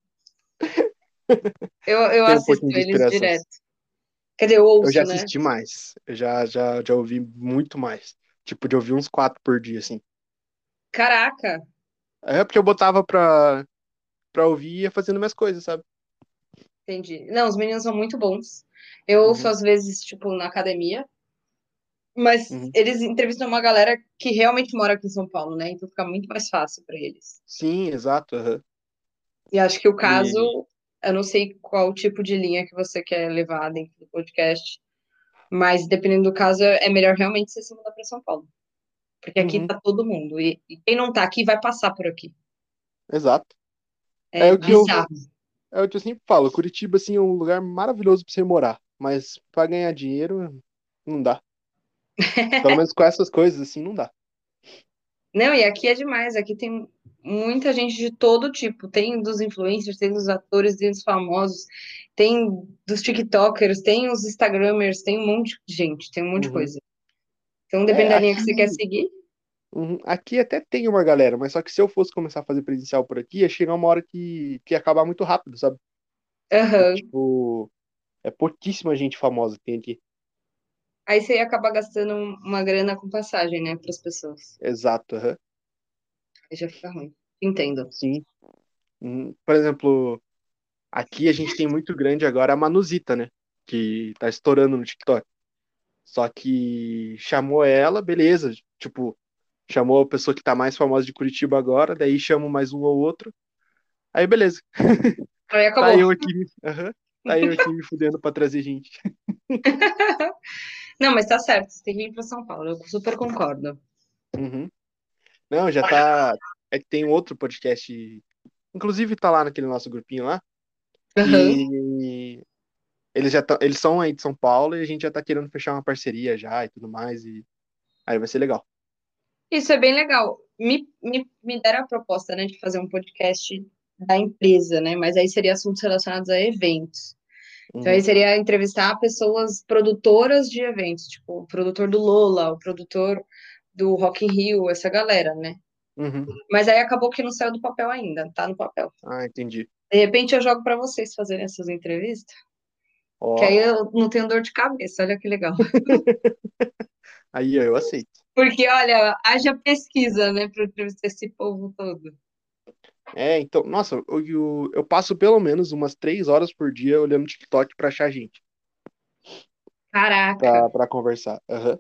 Eu Tem um assisto pouquinho de eles inspiração. direto. Quer dizer, eu Eu já ouço, né? assisti mais. Eu já ouvi muito mais. Tipo, de ouvir uns 4 por dia, assim. Caraca, É porque eu botava pra ouvir e ia fazendo minhas coisas, sabe? entendi. Não, os meninos são muito bons. Eu ouço Uhum, às vezes, tipo, na academia, mas uhum. eles entrevistam uma galera que realmente mora aqui em São Paulo, né? Então fica muito mais fácil pra eles. Sim, exato. Aham. E acho que o E, caso, eu não sei qual tipo de linha que você quer levar dentro do podcast, mas dependendo do caso, é melhor realmente você se mudar para São Paulo. Porque aqui uhum, tá todo mundo. E quem não tá aqui vai passar por aqui. exato. É É o que eu, bizarro. é o que eu sempre falo. Curitiba, assim, é um lugar maravilhoso pra você morar. Mas pra ganhar dinheiro, não dá. Pelo menos com essas coisas, assim, não dá. Não, e aqui é demais. Aqui tem muita gente de todo tipo. Tem dos influencers, tem dos atores, tem dos famosos, tem dos TikTokers, tem os Instagramers, tem um monte de gente, tem um monte de Uhum. coisa. Então, É, depende da linha que você quer aqui, seguir. aqui até tem uma galera, mas só que se eu fosse começar a fazer presencial por aqui, ia chegar uma hora que ia acabar muito rápido, sabe? Porque, Aham. tipo, é pouquíssima gente famosa que tem aqui. Aí você ia acabar gastando uma grana com passagem, né, para as pessoas. Exato, aham. Aí já fica ruim. Entendo. Sim. Por exemplo, aqui a gente tem muito grande agora a Manuzita, né? Que tá estourando no TikTok. Só que chamou ela, beleza. Tipo, Chamou a pessoa que tá mais famosa de Curitiba agora, daí chamo mais um ou outro. Aí beleza. Aí Tá acabou. eu aqui, aham. Tá eu aqui me fudendo pra trazer gente. Não, mas tá certo, você tem que ir pra São Paulo, eu super concordo. Uhum. Não, já tá. É que tem um outro podcast. Inclusive tá lá naquele nosso grupinho lá, Aham. que eles são aí de São Paulo e a gente já tá querendo fechar uma parceria já e tudo mais. E aí vai ser legal. Isso é bem legal. Me deram a proposta, né, de fazer um podcast da empresa, né? Mas aí seria assuntos relacionados a eventos. Então aí Uhum, seria entrevistar pessoas produtoras de eventos, tipo o produtor do Lola, o produtor do Rock in Rio, essa galera, né? uhum. Mas aí acabou que não saiu do papel ainda, tá no papel. Ah, entendi. De repente eu jogo pra vocês fazerem essas entrevistas, que Ó, aí eu não tenho dor de cabeça, olha que legal. aí ó, eu aceito. Porque, olha, haja pesquisa, né, para entrevistar esse povo todo. É, então, nossa, eu passo pelo menos umas 3 horas por dia olhando TikTok pra achar gente, Caraca, pra conversar. Aham.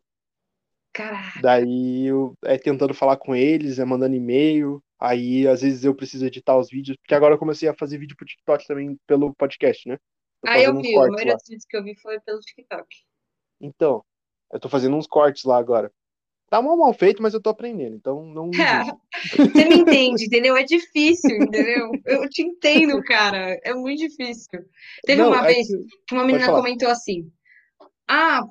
caraca. Daí eu tentando falar com eles, mandando e-mail. Aí às vezes eu preciso editar os vídeos, porque agora eu comecei a fazer vídeo pro TikTok também pelo podcast, né? Tô Aí eu fazendo uns vi, a cortes maioria lá. dos vídeos que eu vi foi pelo TikTok. Então, eu tô fazendo uns cortes lá agora. Tá mal feito, mas eu tô aprendendo, então não me julgue. Você me entende, entendeu? É difícil, entendeu? Eu te entendo, cara. É muito difícil. Teve Não, uma é vez que. que uma Pode menina falar. comentou assim: Ah,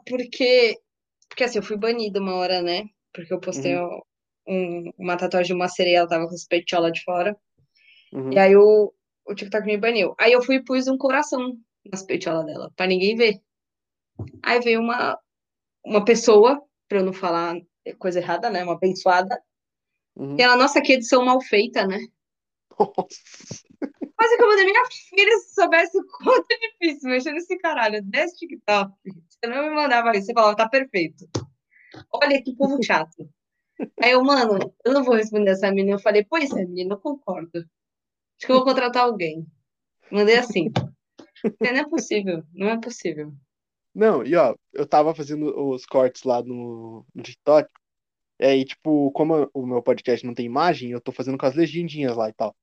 porque assim, eu fui banida uma hora, né? Porque eu postei Uhum, uma tatuagem de uma sereia, ela tava com as petiolas de fora. E uhum, aí o TikTok me baniu. Aí eu fui e pus um coração nas petiolas dela, pra ninguém ver. Aí veio uma pessoa, pra eu não falar coisa errada, né? Uma abençoada. E uhum. ela, nossa, que edição mal feita, né? Nossa. Quase que eu mandei minha filha se soubesse o quanto é difícil mexer nesse caralho desse TikTok. Você não me mandava isso, você falava, tá perfeito. Olha que povo chato. Aí eu, mano, eu não vou responder essa menina. Eu falei, pois é, menina, eu concordo. Acho que eu vou contratar alguém. Mandei assim. Não é possível, não é possível. Não, e ó, eu tava fazendo os cortes lá no TikTok. E tipo, como o meu podcast não tem imagem, eu tô fazendo com as legendinhas lá e tal.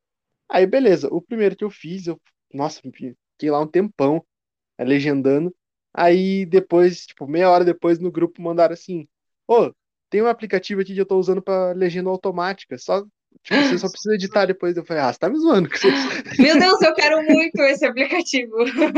Aí, beleza. O primeiro que eu fiz, nossa, fiquei lá um tempão, legendando. Aí depois, tipo, meia hora depois no grupo mandaram assim: Ô, tem um aplicativo aqui que eu tô usando pra legenda automática. Só, tipo, você só precisa editar depois. Eu falei, você tá me zoando com isso aí. Meu Deus, eu quero muito esse aplicativo.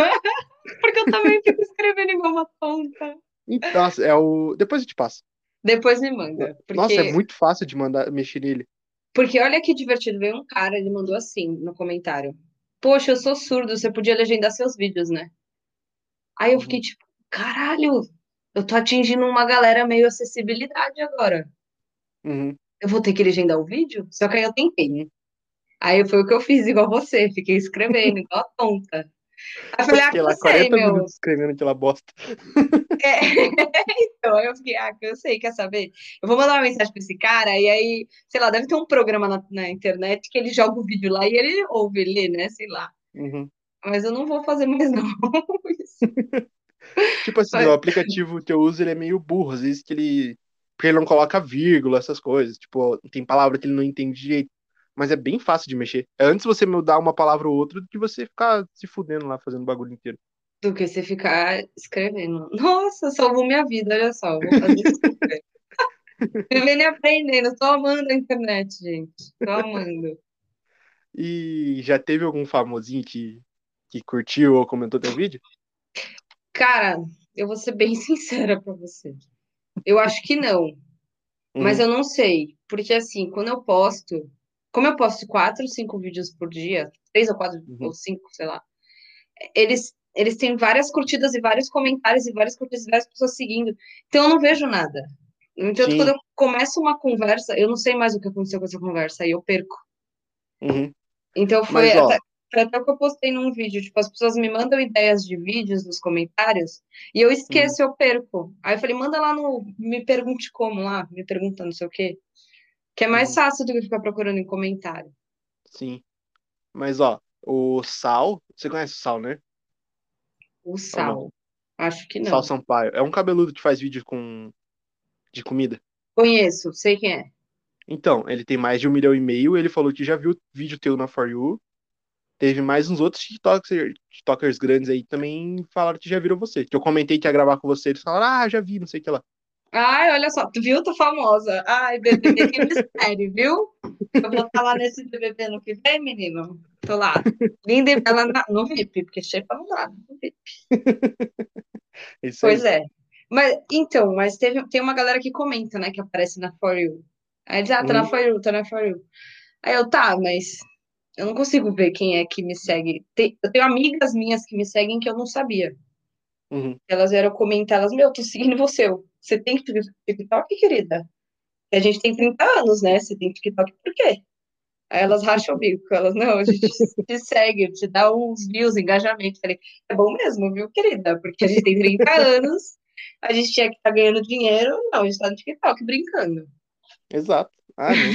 Porque eu também fico escrevendo igual uma tonta. Nossa, Depois eu te passo. Depois me manda. Nossa, é Porque, muito fácil de mandar mexer nele. porque olha que divertido. Veio um cara, ele mandou assim no comentário. Poxa, eu sou surdo, você podia legendar seus vídeos, né? Aí eu fiquei Uhum, tipo, caralho, eu tô atingindo uma galera meio acessibilidade agora. uhum, Eu vou ter que legendar o vídeo? Só que aí eu tentei. sim. Aí foi o que eu fiz, igual você. Fiquei escrevendo, igual a tonta. Aí eu Eu falei, fiquei lá cansei, 40 meu. minutos escrevendo aquela bosta. É. Então, aí eu fiquei, cansei, quer saber? Eu vou mandar uma mensagem pra esse cara, e aí, sei lá, deve ter um programa na internet que ele joga o vídeo lá e ele ouve, lê, né? Sei lá. Uhum. Mas eu não vou fazer mais, não. Isso. Tipo assim, o Mas, aplicativo que eu uso, ele é meio burro, às vezes que ele. Porque ele não coloca vírgula, essas coisas. Tipo, tem palavra que ele não entende direito. Mas é bem fácil de mexer. É antes você mudar uma palavra ou outra do que você ficar se fudendo lá fazendo o bagulho inteiro. do que você ficar escrevendo. Nossa, salvou minha vida, olha só, eu vou fazer isso super. Vivendo e aprendendo, tô amando a internet, gente. Tô amando. E já teve algum famosinho que curtiu ou comentou teu vídeo? Cara, eu vou ser bem sincera pra você. Eu acho que não, mas Uhum, eu não sei. Porque assim, quando eu posto, como eu posto 4, 5 vídeos por dia, 3 ou 4 ou uhum. 5, sei lá, eles têm várias curtidas e vários comentários e várias curtidas e várias pessoas seguindo. Então eu não vejo nada. No entanto, quando Sim. eu começo uma conversa, eu não sei mais o que aconteceu com essa conversa, aí eu perco. Uhum. Então Mas, ó. foi até o que eu postei num vídeo. Tipo, as pessoas me mandam ideias de vídeos nos comentários e eu Uhum, esqueço, eu perco. Aí eu falei, manda lá no Me Pergunte Como lá, me pergunta não sei o quê. Que é mais uhum, fácil do que ficar procurando em comentário. sim. Mas, ó, o Sal. Você conhece o Sal, né? O Ou não? sal. Acho que Sal não. Sampaio. É um cabeludo que faz vídeo de comida. Conheço, sei quem é. Então, ele tem mais de 1,5 milhão, ele falou que já viu vídeo teu na For You. Teve mais uns outros TikTokers grandes aí também falaram que já viram você. Que eu comentei que ia gravar com você, eles falaram, já vi, não sei o que lá. Ai, olha só, tu viu? Tô famosa. Ai, BBB, que mistério, viu? Eu vou estar lá nesse BBB no que vem, menino. Tô lá. Linda e bela no VIP, porque chefa não dá. No VIP. É isso Pois aí. é. Mas, então, tem uma galera que comenta, né, que aparece na For You. Aí diz, tá na Uhum, For You, tá na For You. Aí eu, tá, mas eu não consigo ver quem é que me segue. Eu tenho amigas minhas que me seguem que eu não sabia. uhum. Elas vieram comentar, elas, meu, tô seguindo você. Você tem TikTok, querida? E a gente tem 30 anos, né? Você tem TikTok por quê? Aí elas racham o bico. Elas, não, a gente te segue, te dá uns views, engajamento. Falei, é bom mesmo, viu, querida? Porque a gente tem 30 anos, a gente tinha que estar ganhando dinheiro. Não, a gente tá no TikTok brincando. Exato. Ah, não.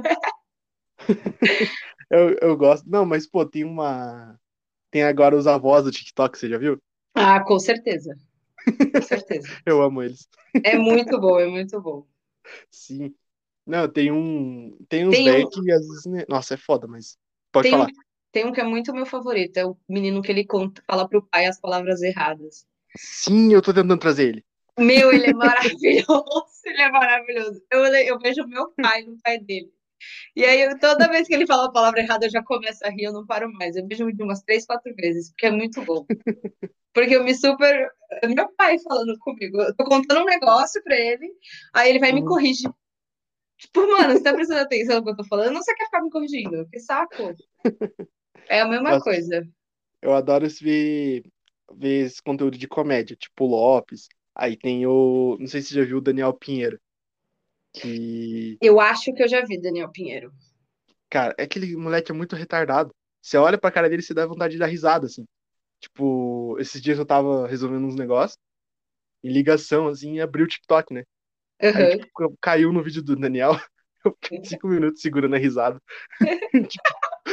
Eu gosto. Não, mas, pô, Tem agora os avós do TikTok, você já viu? Ah, com certeza, com certeza. Eu amo eles. É muito bom, é muito bom. Sim. Não, tem uns Tem velhos um, que às vezes. Nossa, é foda, mas. Pode tem um, falar. tem um que é muito meu favorito, é o menino que ele conta, fala pro pai as palavras erradas. Sim, eu tô tentando trazer ele. Meu, ele é maravilhoso, ele é maravilhoso. Eu vejo o meu pai no pai dele. E aí, toda vez que ele fala a palavra errada, eu já começo a rir, eu não paro mais. Eu vejo o vídeo umas 3, 4 vezes, porque é muito bom. Porque eu me super. É meu pai falando comigo. Eu tô contando um negócio pra ele, aí ele vai e me Uhum. corrigir. Tipo, mano, você tá prestando atenção no que eu tô falando? Não, você quer ficar me corrigindo? Que saco. É a mesma Nossa, coisa. eu adoro ver esse conteúdo de comédia, tipo o Lopes. Aí tem o. Não sei se você já viu o Daniel Pinheiro. Que. Eu acho que eu já vi Daniel Pinheiro. Cara, aquele moleque é muito retardado. Você olha pra cara dele e você dá vontade de dar risada, assim. Tipo, esses dias eu tava resolvendo uns negócios, em ligação, assim, e abri o TikTok, né? Aí, Aham. tipo, caiu no vídeo do Daniel, eu fiquei 5 minutos segurando a risada. Tipo,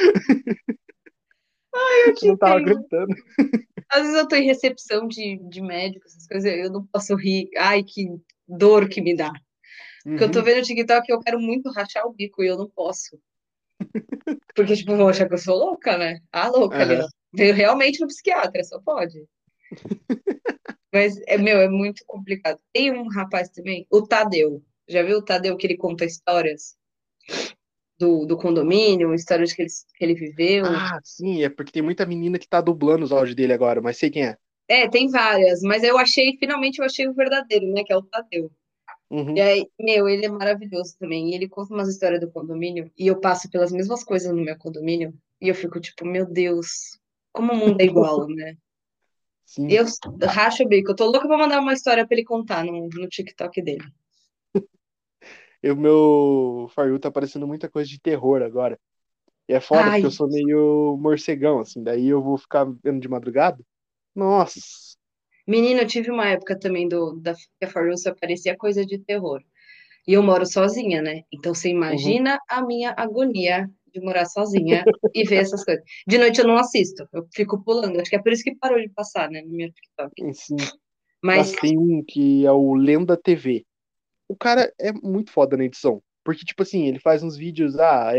Eu eu te não tava entendo. aguentando. Às vezes eu tô em recepção de médico, essas coisas, eu não posso rir. Ai, que dor que me dá. Porque eu tô Uhum. vendo o TikTok e eu quero muito rachar o bico e eu não posso. Porque, tipo, vão achar que eu sou louca, né? A louca ali, ó. Aham. Veio realmente no psiquiatra, só pode. Mas, meu, é muito complicado. Tem um rapaz também, o Tadeu. Já viu o Tadeu que ele conta histórias do condomínio, histórias que ele viveu? Ah, sim, é porque tem muita menina que tá dublando os áudios dele agora, mas sei quem é. É, tem várias, mas finalmente eu achei o verdadeiro, né? Que é o Tadeu. E Uhum. aí, meu, ele é maravilhoso também. E ele conta umas histórias do condomínio e eu passo pelas mesmas coisas no meu condomínio e eu fico tipo, meu Deus, como o mundo é igual, né? E Sim. eu racho o bico. Eu tô louca pra mandar uma história pra ele contar no TikTok dele. O meu For You tá aparecendo muita coisa de terror agora. E é foda, Ai, porque eu sou meio morcegão, assim, daí eu vou ficar vendo de madrugada. Nossa. menina, eu tive uma época também que a For You só parecia coisa de terror. E eu moro sozinha, né? Então você Uhum. imagina a minha agonia de morar sozinha e ver essas coisas. De noite eu não assisto, eu fico pulando. Acho que é por isso que parou de passar, né, no meu TikTok. Sim. Mas, Nossa, tem um que é o Lenda TV. O cara é muito foda na edição. Porque, tipo assim, ele faz uns vídeos,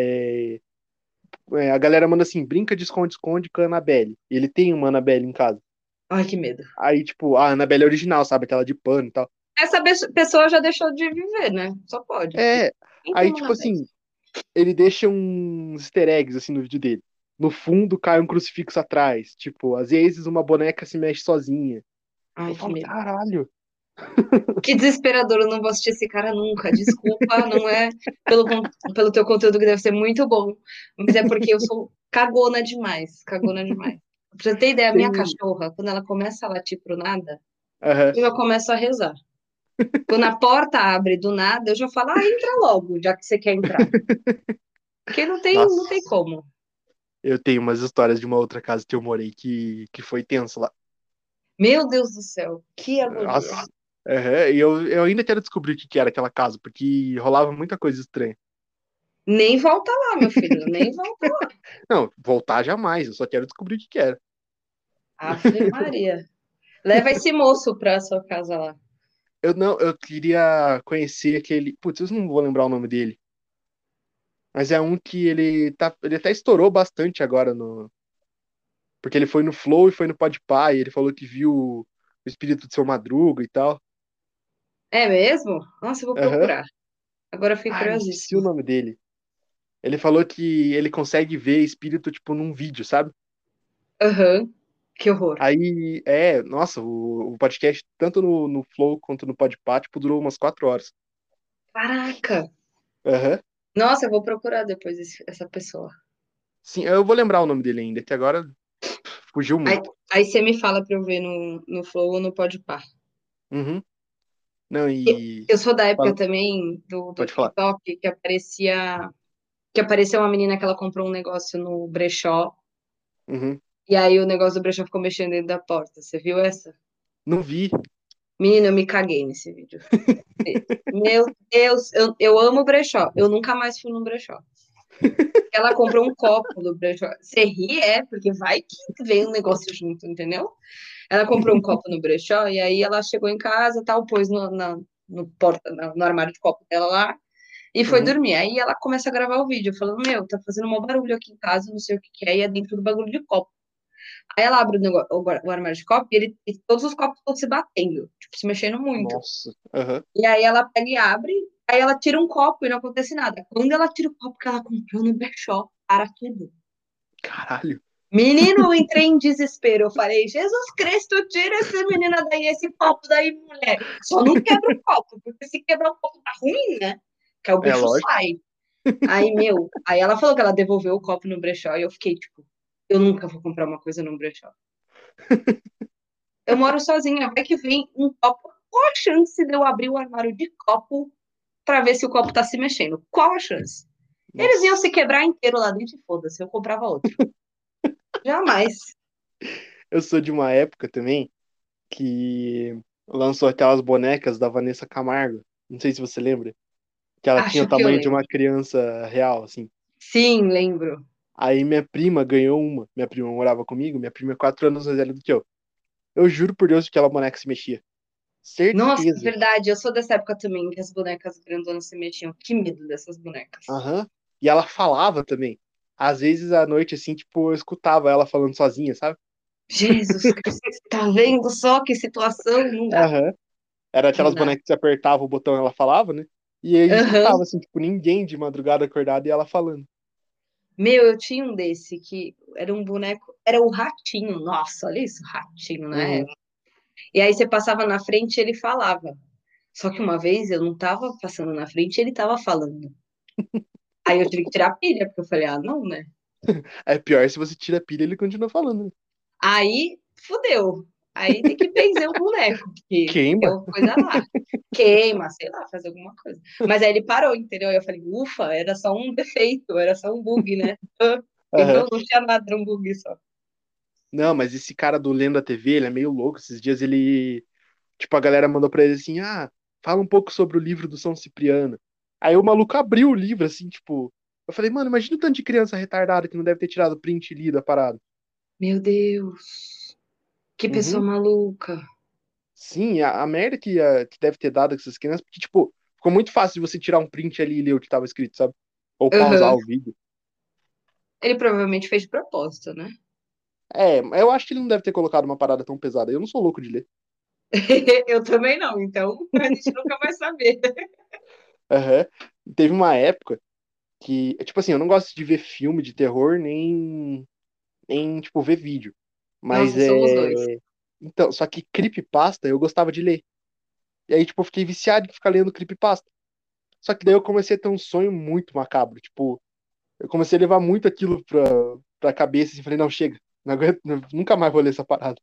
a galera manda assim, brinca de esconde-esconde com a Annabelle. E ele tem uma Annabelle em casa. ai, que medo. Aí, tipo, a Annabelle é original, sabe? Aquela de pano e tal. Essa pessoa já deixou de viver, né? Só pode. Porque É, quem tem aí, uma tipo na pele? assim, ele deixa uns easter eggs, assim, no vídeo dele. No fundo cai um crucifixo atrás. Tipo, às vezes uma boneca se mexe sozinha. Ai, Eu que falo, medo. caralho. Que desesperador, eu não vou assistir esse cara nunca. Desculpa, não é pelo teu conteúdo que deve ser muito bom, mas é porque eu sou cagona demais, cagona demais. Pra você ter ideia, a minha Tem. cachorra, quando ela começa a latir pro nada, Aham. eu já começo a rezar. Quando a porta abre do nada, eu já falo, entra logo, já que você quer entrar. Porque não tem Nossa, como. eu tenho umas histórias de uma outra casa que eu morei que foi tenso lá. Meu Deus do céu, que agonia. Nossa. Aham, e eu ainda quero descobrir o que que era aquela casa, porque rolava muita coisa estranha. Nem volta lá, meu filho, nem volta. Não, voltar jamais, eu só quero descobrir o que que era. Ave Maria. Leva esse moço pra sua casa lá. Eu não, eu queria conhecer aquele. Putz, eu não vou lembrar o nome dele. Mas é um que ele até estourou bastante agora no. Porque ele foi no Flow e foi no Podpah, e ele falou que viu o espírito de seu Madruga e tal. É mesmo? Nossa, eu vou Aham. procurar. Agora eu fiquei Ah, eu esqueci o curiosíssima. nome dele. Ele falou que ele consegue ver espírito, tipo, num vídeo, sabe? Aham. Que horror. Aí, nossa, o podcast, tanto no Flow quanto no Podpah, tipo, durou umas 4 horas. Caraca. Aham. Nossa, eu vou procurar depois essa pessoa. Sim, eu vou lembrar o nome dele ainda, que agora fugiu Aí, muito. aí você me fala pra eu ver no Flow ou no Podpah. Uhum. Não, Eu e. eu sou da época fala- também do Pode falar. TikTok que apareceu uma menina que ela comprou um negócio no brechó, Uhum. e aí o negócio do brechó ficou mexendo dentro da porta. Você viu essa? Não vi. Menina, eu me caguei nesse vídeo. Meu Deus, eu amo brechó. Eu nunca mais fui num brechó. Ela comprou um copo do brechó. Você ri, porque vai que vem um negócio junto, entendeu? Ela comprou um copo no brechó e aí ela chegou em casa, tal, pôs no armário de copo dela lá e foi Uhum. dormir. Aí ela começa a gravar o vídeo, falando: Meu, tá fazendo um barulho aqui em casa, não sei o que que é, e é dentro do bagulho de copo. Aí ela abre o armário de copo e todos os copos estão se batendo, tipo, se mexendo muito. Nossa. Aham. E aí ela pega e abre, aí ela tira um copo e não acontece nada. Quando ela tira o copo que ela comprou no brechó, para tudo. Caralho. Menino, eu entrei em desespero. Eu falei, Jesus Cristo, tira essa menina daí, esse copo daí, mulher. Só não quebra o copo, porque se quebrar o copo tá ruim, né? Que aí o É bicho lógico. sai. Aí, aí ela falou que ela devolveu o copo no brechó e eu fiquei tipo, eu nunca vou comprar uma coisa no brechó. Eu moro sozinha, vai que vem um copo. Qual a chance de eu abrir o armário de copo pra ver se o copo tá se mexendo? Qual a chance? Eles iam Nossa. se quebrar inteiro lá dentro e foda-se, eu comprava outro. Jamais. Eu sou de uma época também que lançou aquelas bonecas da Vanessa Camargo. Não sei se você lembra. Que ela tinha o Acho que eu tamanho de uma lembro. criança real, assim. Sim, lembro. Aí minha prima ganhou uma. Minha prima morava comigo, minha prima é 4 anos mais velha do que eu. Eu juro por Deus que aquela boneca se mexia. Nossa, é Certeza. verdade. Eu sou dessa época também, que as bonecas grandonas se mexiam. Que medo dessas bonecas. Aham. E ela falava também. Às vezes à noite, assim, tipo, eu escutava ela falando sozinha, sabe? Jesus Cristo, tá vendo só que situação? Não dá, Aham. Era não aquelas dá. bonecas que você apertava o botão e ela falava, né? E aí eu Aham. escutava, assim, tipo, ninguém de madrugada acordado e ela falando. Meu, eu tinha um desse que era um boneco, era o ratinho. Nossa, olha isso, ratinho, né? Uhum. E aí você passava na frente e ele falava. Só que uma vez eu não tava passando na frente e ele tava falando. Aí eu tive que tirar a pilha, porque eu falei, ah, não, né? É pior se você tira a pilha ele continua falando, né? Aí fudeu. Aí tem que benzer o boneco, porque Queima. deu coisa lá. Queima, sei lá, fazer alguma coisa. Mas aí ele parou, entendeu? Aí eu falei, ufa, era só um defeito, era só um bug, né? Aham. Então não tinha nada, era um bug só. Não, mas esse cara do Lendo da TV, ele é meio louco. Esses dias ele. Tipo, a galera mandou pra ele assim: ah, fala um pouco sobre o livro do São Cipriano. Aí o maluco abriu o livro, assim, tipo. Eu falei, mano, imagina o tanto de criança retardada que não deve ter tirado print e lido a parada. Meu Deus, que pessoa Uhum. maluca. Sim, a merda que deve ter dado com essas crianças, porque, tipo, ficou muito fácil de você tirar um print ali e ler o que tava escrito, sabe? Ou pausar Aham. o vídeo. Ele provavelmente fez de propósito, né? É, eu acho que ele não deve ter colocado uma parada tão pesada. Eu não sou louco de ler. Eu também não, então a gente nunca vai saber. Aham. Teve uma época que, tipo assim, eu não gosto de ver filme de terror, nem tipo, ver vídeo. Mas Nossa, somos é. dois. Então, só que creepypasta eu gostava de ler. E aí, tipo, eu fiquei viciado em ficar lendo creepypasta. Só que daí eu comecei a ter um sonho muito macabro. Tipo, eu comecei a levar muito aquilo pra cabeça e falei, não, chega. Não aguento, nunca mais vou ler essa parada.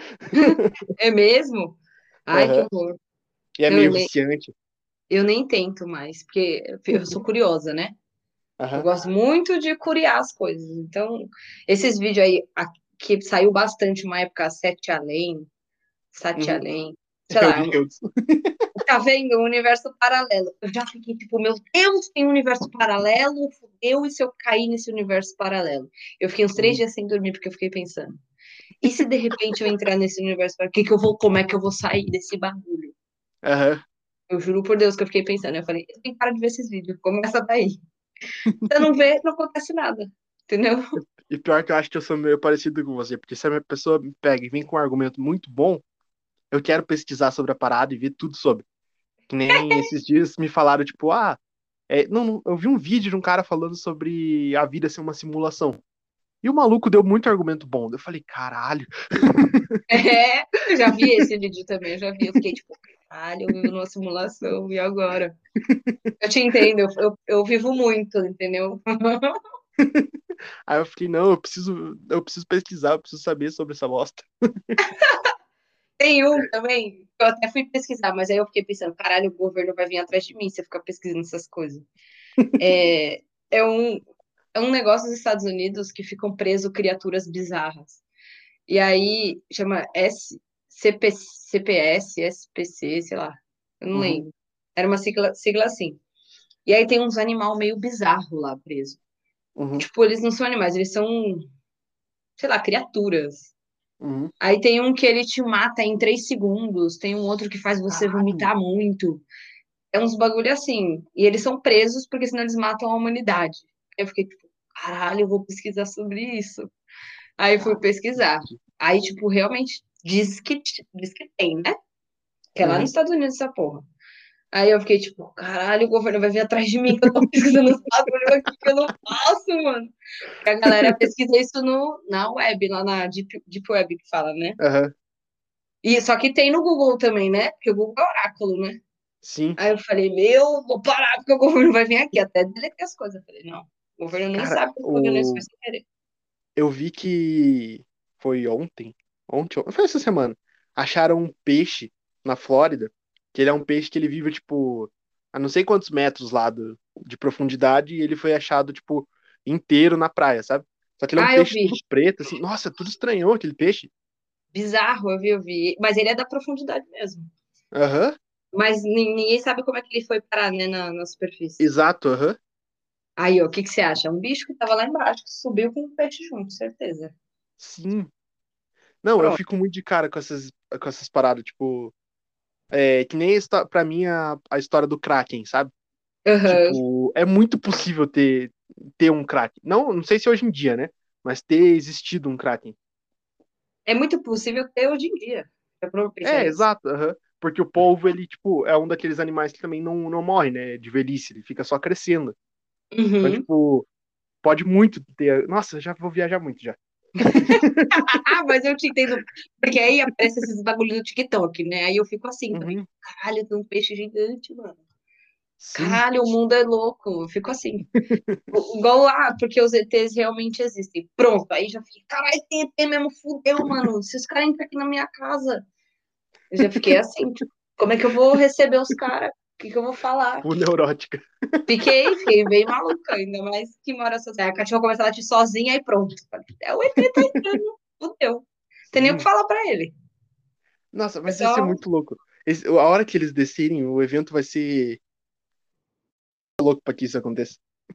É mesmo? Ai, que Aham. horror. E é Não, meio viciante. eu nem tento mais, porque eu sou curiosa, né? Eu Aham. gosto muito de curiar as coisas. Então, esses vídeos aí, que saiu bastante uma época, Sete Além, Sete Uhum. Além, sei Eu lá, vi todos. tá vendo? Um universo paralelo. Eu já fiquei tipo, meu Deus, tem um universo paralelo, fudeu, e se eu cair nesse universo paralelo? Eu fiquei uns 3 dias sem dormir, porque eu fiquei pensando. E se de repente eu entrar nesse universo paralelo, como é que eu vou sair desse bagulho? Aham. Eu juro por Deus que eu fiquei pensando. Eu falei, tem para de ver esses vídeos, começa daí. Você não vê, não acontece nada. Entendeu? E pior que eu acho que eu sou meio parecido com você, porque se a minha pessoa me pega e vem com um argumento muito bom, eu quero pesquisar sobre a parada e ver tudo sobre. Que nem esses dias me falaram, tipo, eu vi um vídeo de um cara falando sobre a vida ser uma simulação. E o maluco deu muito argumento bom. Eu falei, caralho. É, eu já vi esse vídeo também, eu já vi. Eu fiquei tipo, caralho, eu vivo numa simulação, e agora? Eu te entendo, eu vivo muito, entendeu? Aí eu fiquei, não, eu preciso pesquisar, eu preciso saber sobre essa bosta. Tem um também, que eu até fui pesquisar, mas aí eu fiquei pensando, caralho, o governo vai vir atrás de mim se eu ficar pesquisando essas coisas. É, é um, é um negócio dos Estados Unidos que ficam presos criaturas bizarras. E aí chama CPS, SPC, sei lá, eu não Uhum, lembro. Era uma sigla assim. E aí tem uns animal meio bizarro lá preso. uhum, Tipo, eles não são animais, eles são, sei lá, criaturas. uhum. Aí tem um que ele te mata em 3 segundos, tem um outro que faz você Caralho. vomitar muito. É uns bagulho assim. E eles são presos porque senão eles matam a humanidade. Aí eu fiquei tipo, caralho, eu vou pesquisar sobre isso. Aí fui pesquisar. Cacete. Aí, tipo, realmente diz que tem, né? Que é lá nos Uhum. Estados Unidos essa porra. Aí eu fiquei tipo, caralho, o governo vai vir atrás de mim, que eu tô pesquisando os bagulho aqui que eu não faço, mano. E a galera pesquisa isso na web, lá na Deep Web que fala, né? Aham. E só que tem no Google também, né? Porque o Google é oráculo, né? Sim. Aí eu falei, meu, vou parar porque o governo vai vir aqui. Até deletei as coisas. Eu falei, não, o governo nem Cara, sabe que eu tô fazendo isso, foi sem querer. eu vi que foi ontem, foi essa semana. Acharam um peixe na Flórida, que ele é um peixe que ele vive, tipo, a não sei quantos metros lá de profundidade, e ele foi achado, tipo, inteiro na praia, sabe? Só que ele é um Ah, eu peixe vi. todo preto, assim. Nossa, tudo estranhou aquele peixe. Bizarro, eu vi. Mas ele é da profundidade mesmo. Aham, Mas ninguém sabe como é que ele foi parar, né, na superfície. exato, aham. Aí, ó, o que que você acha? É um bicho que tava lá embaixo, que subiu com o peixe junto, certeza. Sim. Não, eu Pronto. fico muito de cara com essas paradas, tipo, que nem pra mim a história do Kraken, sabe? Aham. Tipo, é muito possível ter um Kraken. Não sei se hoje em dia, né? Mas ter existido um Kraken. É muito possível ter hoje em dia. Já parou pra pensar É, nisso? exato, aham. Porque o polvo, ele, tipo, é um daqueles animais que também não morre, né? De velhice, ele fica só crescendo. Então, Uhum. tipo, pode muito ter. Nossa, eu já vou viajar muito já. Ah, mas eu te entendo. Porque aí aparece esses bagulho do TikTok, né? Aí eu fico assim também. Uhum, Caralho, tem um peixe gigante, mano. sim. Caralho, o mundo é louco. Eu fico assim. Igual, porque os ETs realmente existem. Pronto, aí já fiquei, caralho, tem ET mesmo, fudeu, mano. Se os caras entram aqui na minha casa, eu já fiquei assim, tipo, como é que eu vou receber os caras? O que que eu vou falar? Full neurótica. Fiquei bem maluca, ainda mais que mora sozinha. A cachorra começa a latir sozinha e pronto. É o ET tá entrando, fudeu. Tem nem o que Sim. falar pra ele. Nossa, É mas vai ser só, muito louco. A hora que eles descerem, o evento vai ser louco pra que isso aconteça.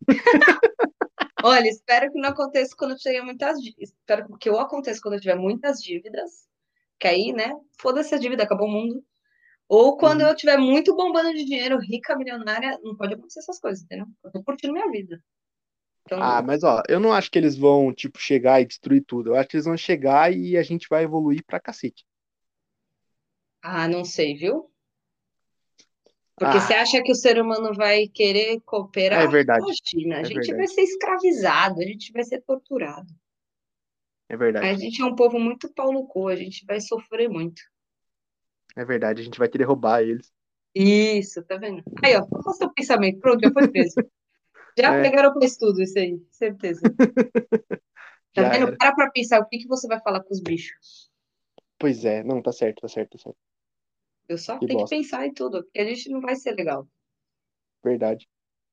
olha, espero que não aconteça quando eu tiver muitas dívidas. Espero que eu aconteça quando eu tiver muitas dívidas. Que aí, né? Foda-se a dívida, acabou o mundo. Ou quando Uhum. eu tiver muito bombando de dinheiro, rica, milionária, não pode acontecer essas coisas, entendeu? Eu tô curtindo minha vida. Ah, Então, mas ó, eu não acho que eles vão, tipo, chegar e destruir tudo. Eu acho que eles vão chegar e a gente vai evoluir pra cacete. não sei, viu? Porque você Ah, acha que o ser humano vai querer é cooperar? verdade. Imagina, a É gente vai verdade. ser escravizado, a gente vai ser torturado. É A verdade. gente é um povo muito pau no cu, a gente vai sofrer muito. É verdade. A gente vai querer roubar eles. Isso, tá vendo? Aí, ó, qual é o seu pensamento? Pronto, já foi preso. Já É, pegaram pra estudo isso aí, certeza. Tá já vendo? era. Para pra pensar o que que você vai falar com os bichos. Pois é, não, tá certo, tá certo, tá certo. Eu só Que tenho que bosta. pensar em tudo, porque a gente não vai ser legal. Verdade.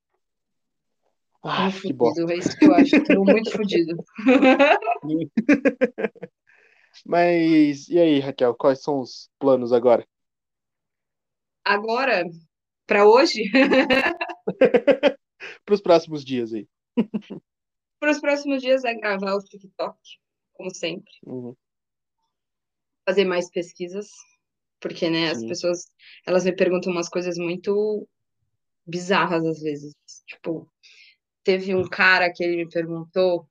Ah, Estamos que fodidos, bosta. é isso que eu acho. Estamos muito fodidos. Mas, e aí, Raquel, quais são os planos agora? Agora, para hoje, Para os próximos dias aí. para os próximos dias é gravar o TikTok, como sempre. Uhum. Fazer mais pesquisas. Porque, né, as Sim. pessoas, elas me perguntam umas coisas muito bizarras às vezes. Tipo, teve um cara que ele me perguntou,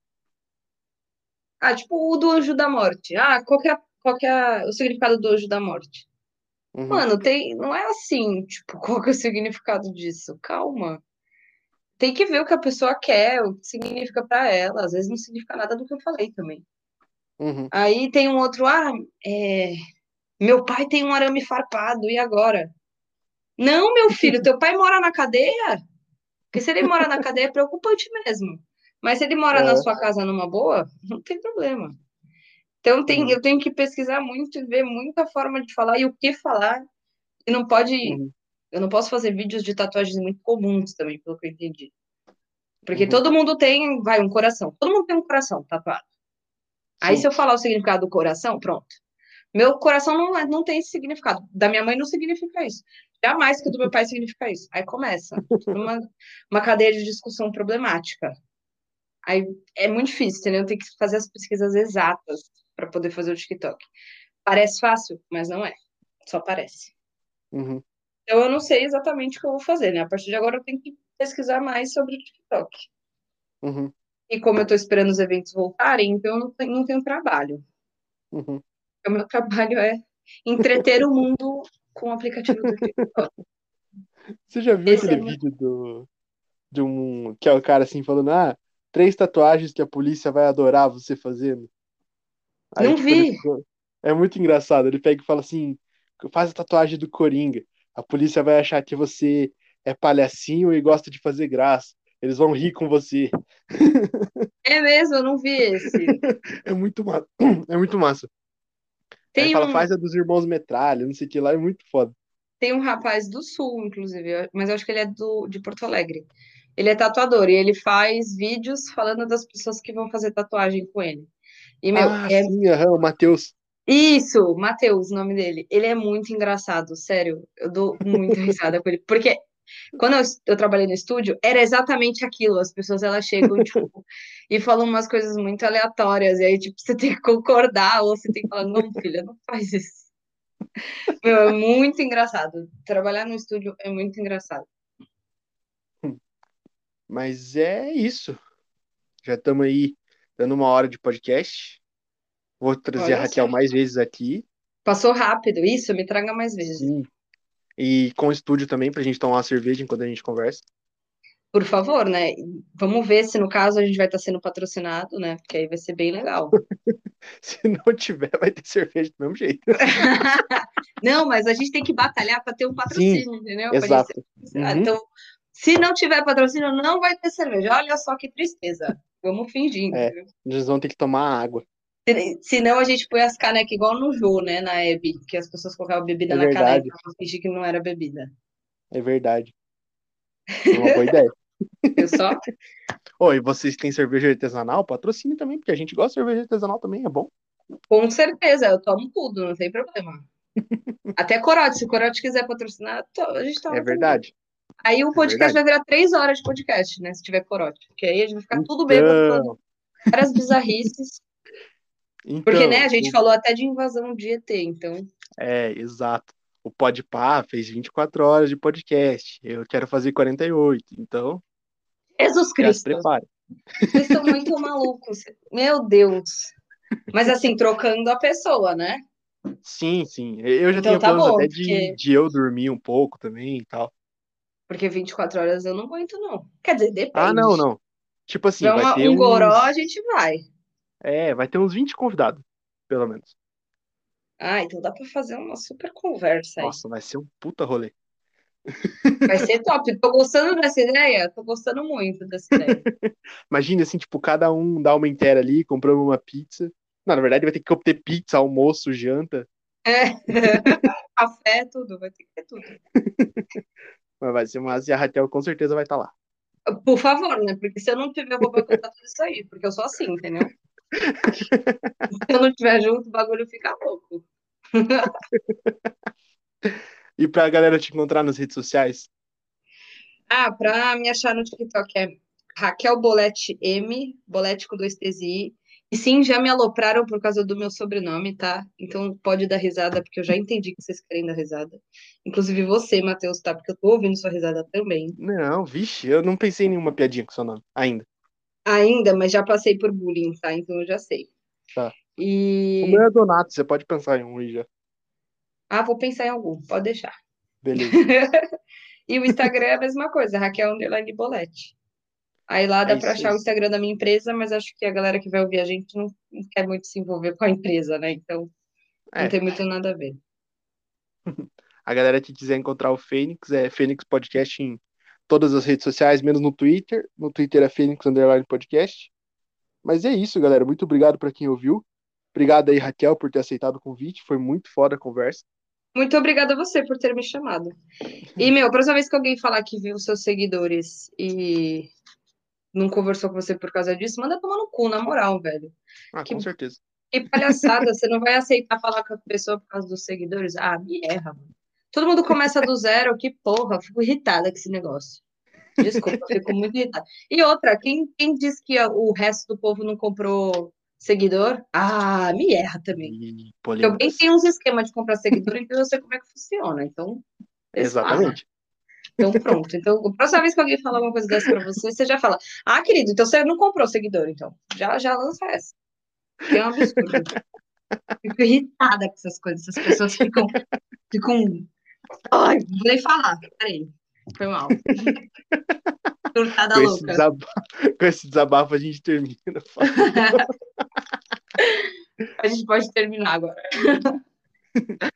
tipo, o do anjo da morte. Qual que é o significado do anjo da morte? Uhum. Mano, não é assim, tipo, qual que é o significado disso? Calma. Tem que ver o que a pessoa quer, o que significa pra ela. Às vezes não significa nada do que eu falei também. Uhum. Aí tem um outro, é, meu pai tem um arame farpado, e agora? Não, meu filho, teu pai mora na cadeia? Porque se ele mora na cadeia é preocupante mesmo. Mas se ele mora na Aham. sua casa numa boa, não tem problema. Então Uhum. eu tenho que pesquisar muito e ver muita forma de falar e o que falar. E não pode. Uhum. Eu não posso fazer vídeos de tatuagens muito comuns também, pelo que eu entendi. Porque Uhum. todo mundo tem, vai, um coração. Todo mundo tem um coração tatuado. Aí se Sim. eu falar o significado do coração, pronto. Meu coração não tem esse significado. Da minha mãe não significa isso. Jamais que o do meu pai significa isso. Aí começa uma cadeia de discussão problemática. Aí é muito difícil, entendeu? Tem que fazer as pesquisas exatas para poder fazer o TikTok. Parece fácil, mas não é. Só parece. Uhum. Então eu não sei exatamente o que eu vou fazer, né? A partir de agora eu tenho que pesquisar mais sobre o TikTok. Uhum. E como eu estou esperando os eventos voltarem, então eu não tenho trabalho. Uhum. O meu trabalho é entreter o mundo com o aplicativo do TikTok. Você já viu Esse aquele é meu... vídeo de um que é o cara assim falando, 3 tatuagens que a polícia vai adorar você fazendo. Aí, Não tipo, ele vi. ficou. É muito engraçado. Ele pega e fala assim: faz a tatuagem do Coringa. A polícia vai achar que você é palhacinho e gosta de fazer graça. Eles vão rir com você. É mesmo, eu não vi esse. É muito massa. É muito massa. Aí Tem fala, um, faz a dos irmãos Metralha, não sei o que lá, é muito foda. tem um rapaz do Sul, inclusive, mas eu acho que ele é de Porto Alegre. Ele é tatuador e ele faz vídeos falando das pessoas que vão fazer tatuagem com ele. E, meu, Ah, sim, aham, o Matheus. isso, Matheus, o nome dele. Ele é muito engraçado, sério. Eu dou muita risada com ele. Porque quando eu trabalhei no estúdio, era exatamente aquilo. As pessoas, elas chegam, tipo, e falam umas coisas muito aleatórias. E aí, tipo, você tem que concordar ou você tem que falar, não, filha, não faz isso. Meu, é muito engraçado. Trabalhar no estúdio é muito engraçado. Mas é isso. Já estamos aí dando 1 hora de podcast. Vou trazer a Olha Raquel só. mais vezes aqui. Passou rápido. Isso, me traga mais vezes. Sim. E com o estúdio também, pra gente tomar uma cerveja enquanto a gente conversa. Por favor, né? Vamos ver se no caso a gente vai estar sendo patrocinado, né? Porque aí vai ser bem legal. Se não tiver, vai ter cerveja do mesmo jeito. Não, mas a gente tem que batalhar para ter um Sim, patrocínio, entendeu? Pra gente ser... exato. Uhum. Então, se não tiver patrocínio, não vai ter cerveja. Olha só que tristeza. Vamos fingir, É, entendeu? eles vão ter que tomar água. Senão a gente põe as canecas igual no Jô, né? Na Hebe, que as pessoas colocavam bebida É na caneca verdade, pra fingir que não era bebida. é verdade. É uma boa ideia. Eu só? Ô, e vocês têm cerveja artesanal? Patrocine também, porque a gente gosta de cerveja artesanal também, é bom. Com certeza, eu tomo tudo, não tem problema. Até corote, se o corote quiser patrocinar, a gente É toma também. verdade, Aí o é podcast verdade. vai virar 3 horas de podcast, né? Se tiver corote. Porque aí a gente vai ficar tudo bêbado falando Então, várias bizarrices. Porque, né, a então, gente falou até de invasão de ET, então. exato. O Podpah fez 24 horas de podcast. Eu quero fazer 48. Então, Jesus já se Cristo, prepare. vocês são muito malucos. Meu Deus. Mas assim, trocando a pessoa, né? Sim, sim. Eu já Então tinha tá planos bom, até de eu dormir um pouco também e tal. porque 24 horas eu não aguento, não. Quer dizer, Ah, depende. não, Se não. Tipo assim, tiver um goró, a gente vai. vai ter uns 20 convidados, pelo menos. Ah, então dá pra fazer uma super conversa aí. Nossa, vai ser um puta rolê. Vai ser top. Tô gostando dessa ideia? Tô gostando muito dessa ideia. Imagina assim, tipo, cada um dá uma inteira ali, comprando uma pizza. Não, na verdade vai ter que ter pizza, almoço, janta. É. Café, tudo, vai ter que ter tudo. Mas vai ser uma e a Raquel com certeza vai estar lá. Por favor, né? Porque se eu não tiver, eu vou boicotar tudo isso aí. Porque eu sou assim, entendeu? Se eu não estiver junto, o bagulho fica louco. E pra galera te encontrar nas redes sociais? Pra me achar no TikTok é Raquel Bolete M, Bolete com 2 T's I. E sim, já me alopraram por causa do meu sobrenome, tá? Então pode dar risada, porque eu já entendi que vocês querem dar risada. Inclusive você, Matheus, tá? Porque eu tô ouvindo sua risada também. Não, vixe, eu não pensei em nenhuma piadinha com seu nome ainda. Ainda, mas já passei por bullying, tá? Então eu já sei. Tá. O meu E. é Donato, você pode pensar em um aí já. Ah, vou pensar em algum, pode deixar. Beleza. E o Instagram é a mesma coisa, Raquel Underline Bolete. Aí lá É dá pra isso achar aí. o Instagram da minha empresa, mas acho que a galera que vai ouvir a gente não quer muito se envolver com a empresa, né? Então não É, tem muito nada a ver. a galera que quiser encontrar o Fênix é Fênix Podcast em todas as redes sociais, menos no Twitter. No Twitter é Fênix Underline Podcast. Mas é isso, galera. Muito obrigado para quem ouviu. Obrigado aí, Raquel, por ter aceitado o convite. Foi muito foda a conversa. Muito obrigada a você por ter me chamado. E, meu, próxima vez que alguém falar que viu seus seguidores e não conversou com você por causa disso, manda tomar no cu, na moral, velho. Ah, Que, com certeza. que palhaçada, você não vai aceitar falar com a pessoa por causa dos seguidores? Ah, me erra, mano. Todo mundo começa do zero, que porra, eu fico irritada com esse negócio. Desculpa, eu fico muito irritada. E outra, quem diz que o resto do povo não comprou seguidor? Ah, me erra também. E Porque alguém tem polêmicas. uns esquemas de comprar seguidor, então eu sei como é que funciona. Então, esparra. Exatamente. Então, pronto. Então, a próxima vez que alguém falar uma coisa dessa pra você, você já fala: Ah, querido, então você não comprou seguidor, então. Já lança essa. Que é um absurdo. Fico irritada com essas coisas. Essas pessoas ficam. Ai, não vou nem falar. Peraí. Foi mal. Surtada Com esse louca. desabafo, com esse desabafo a gente termina. A gente pode terminar agora.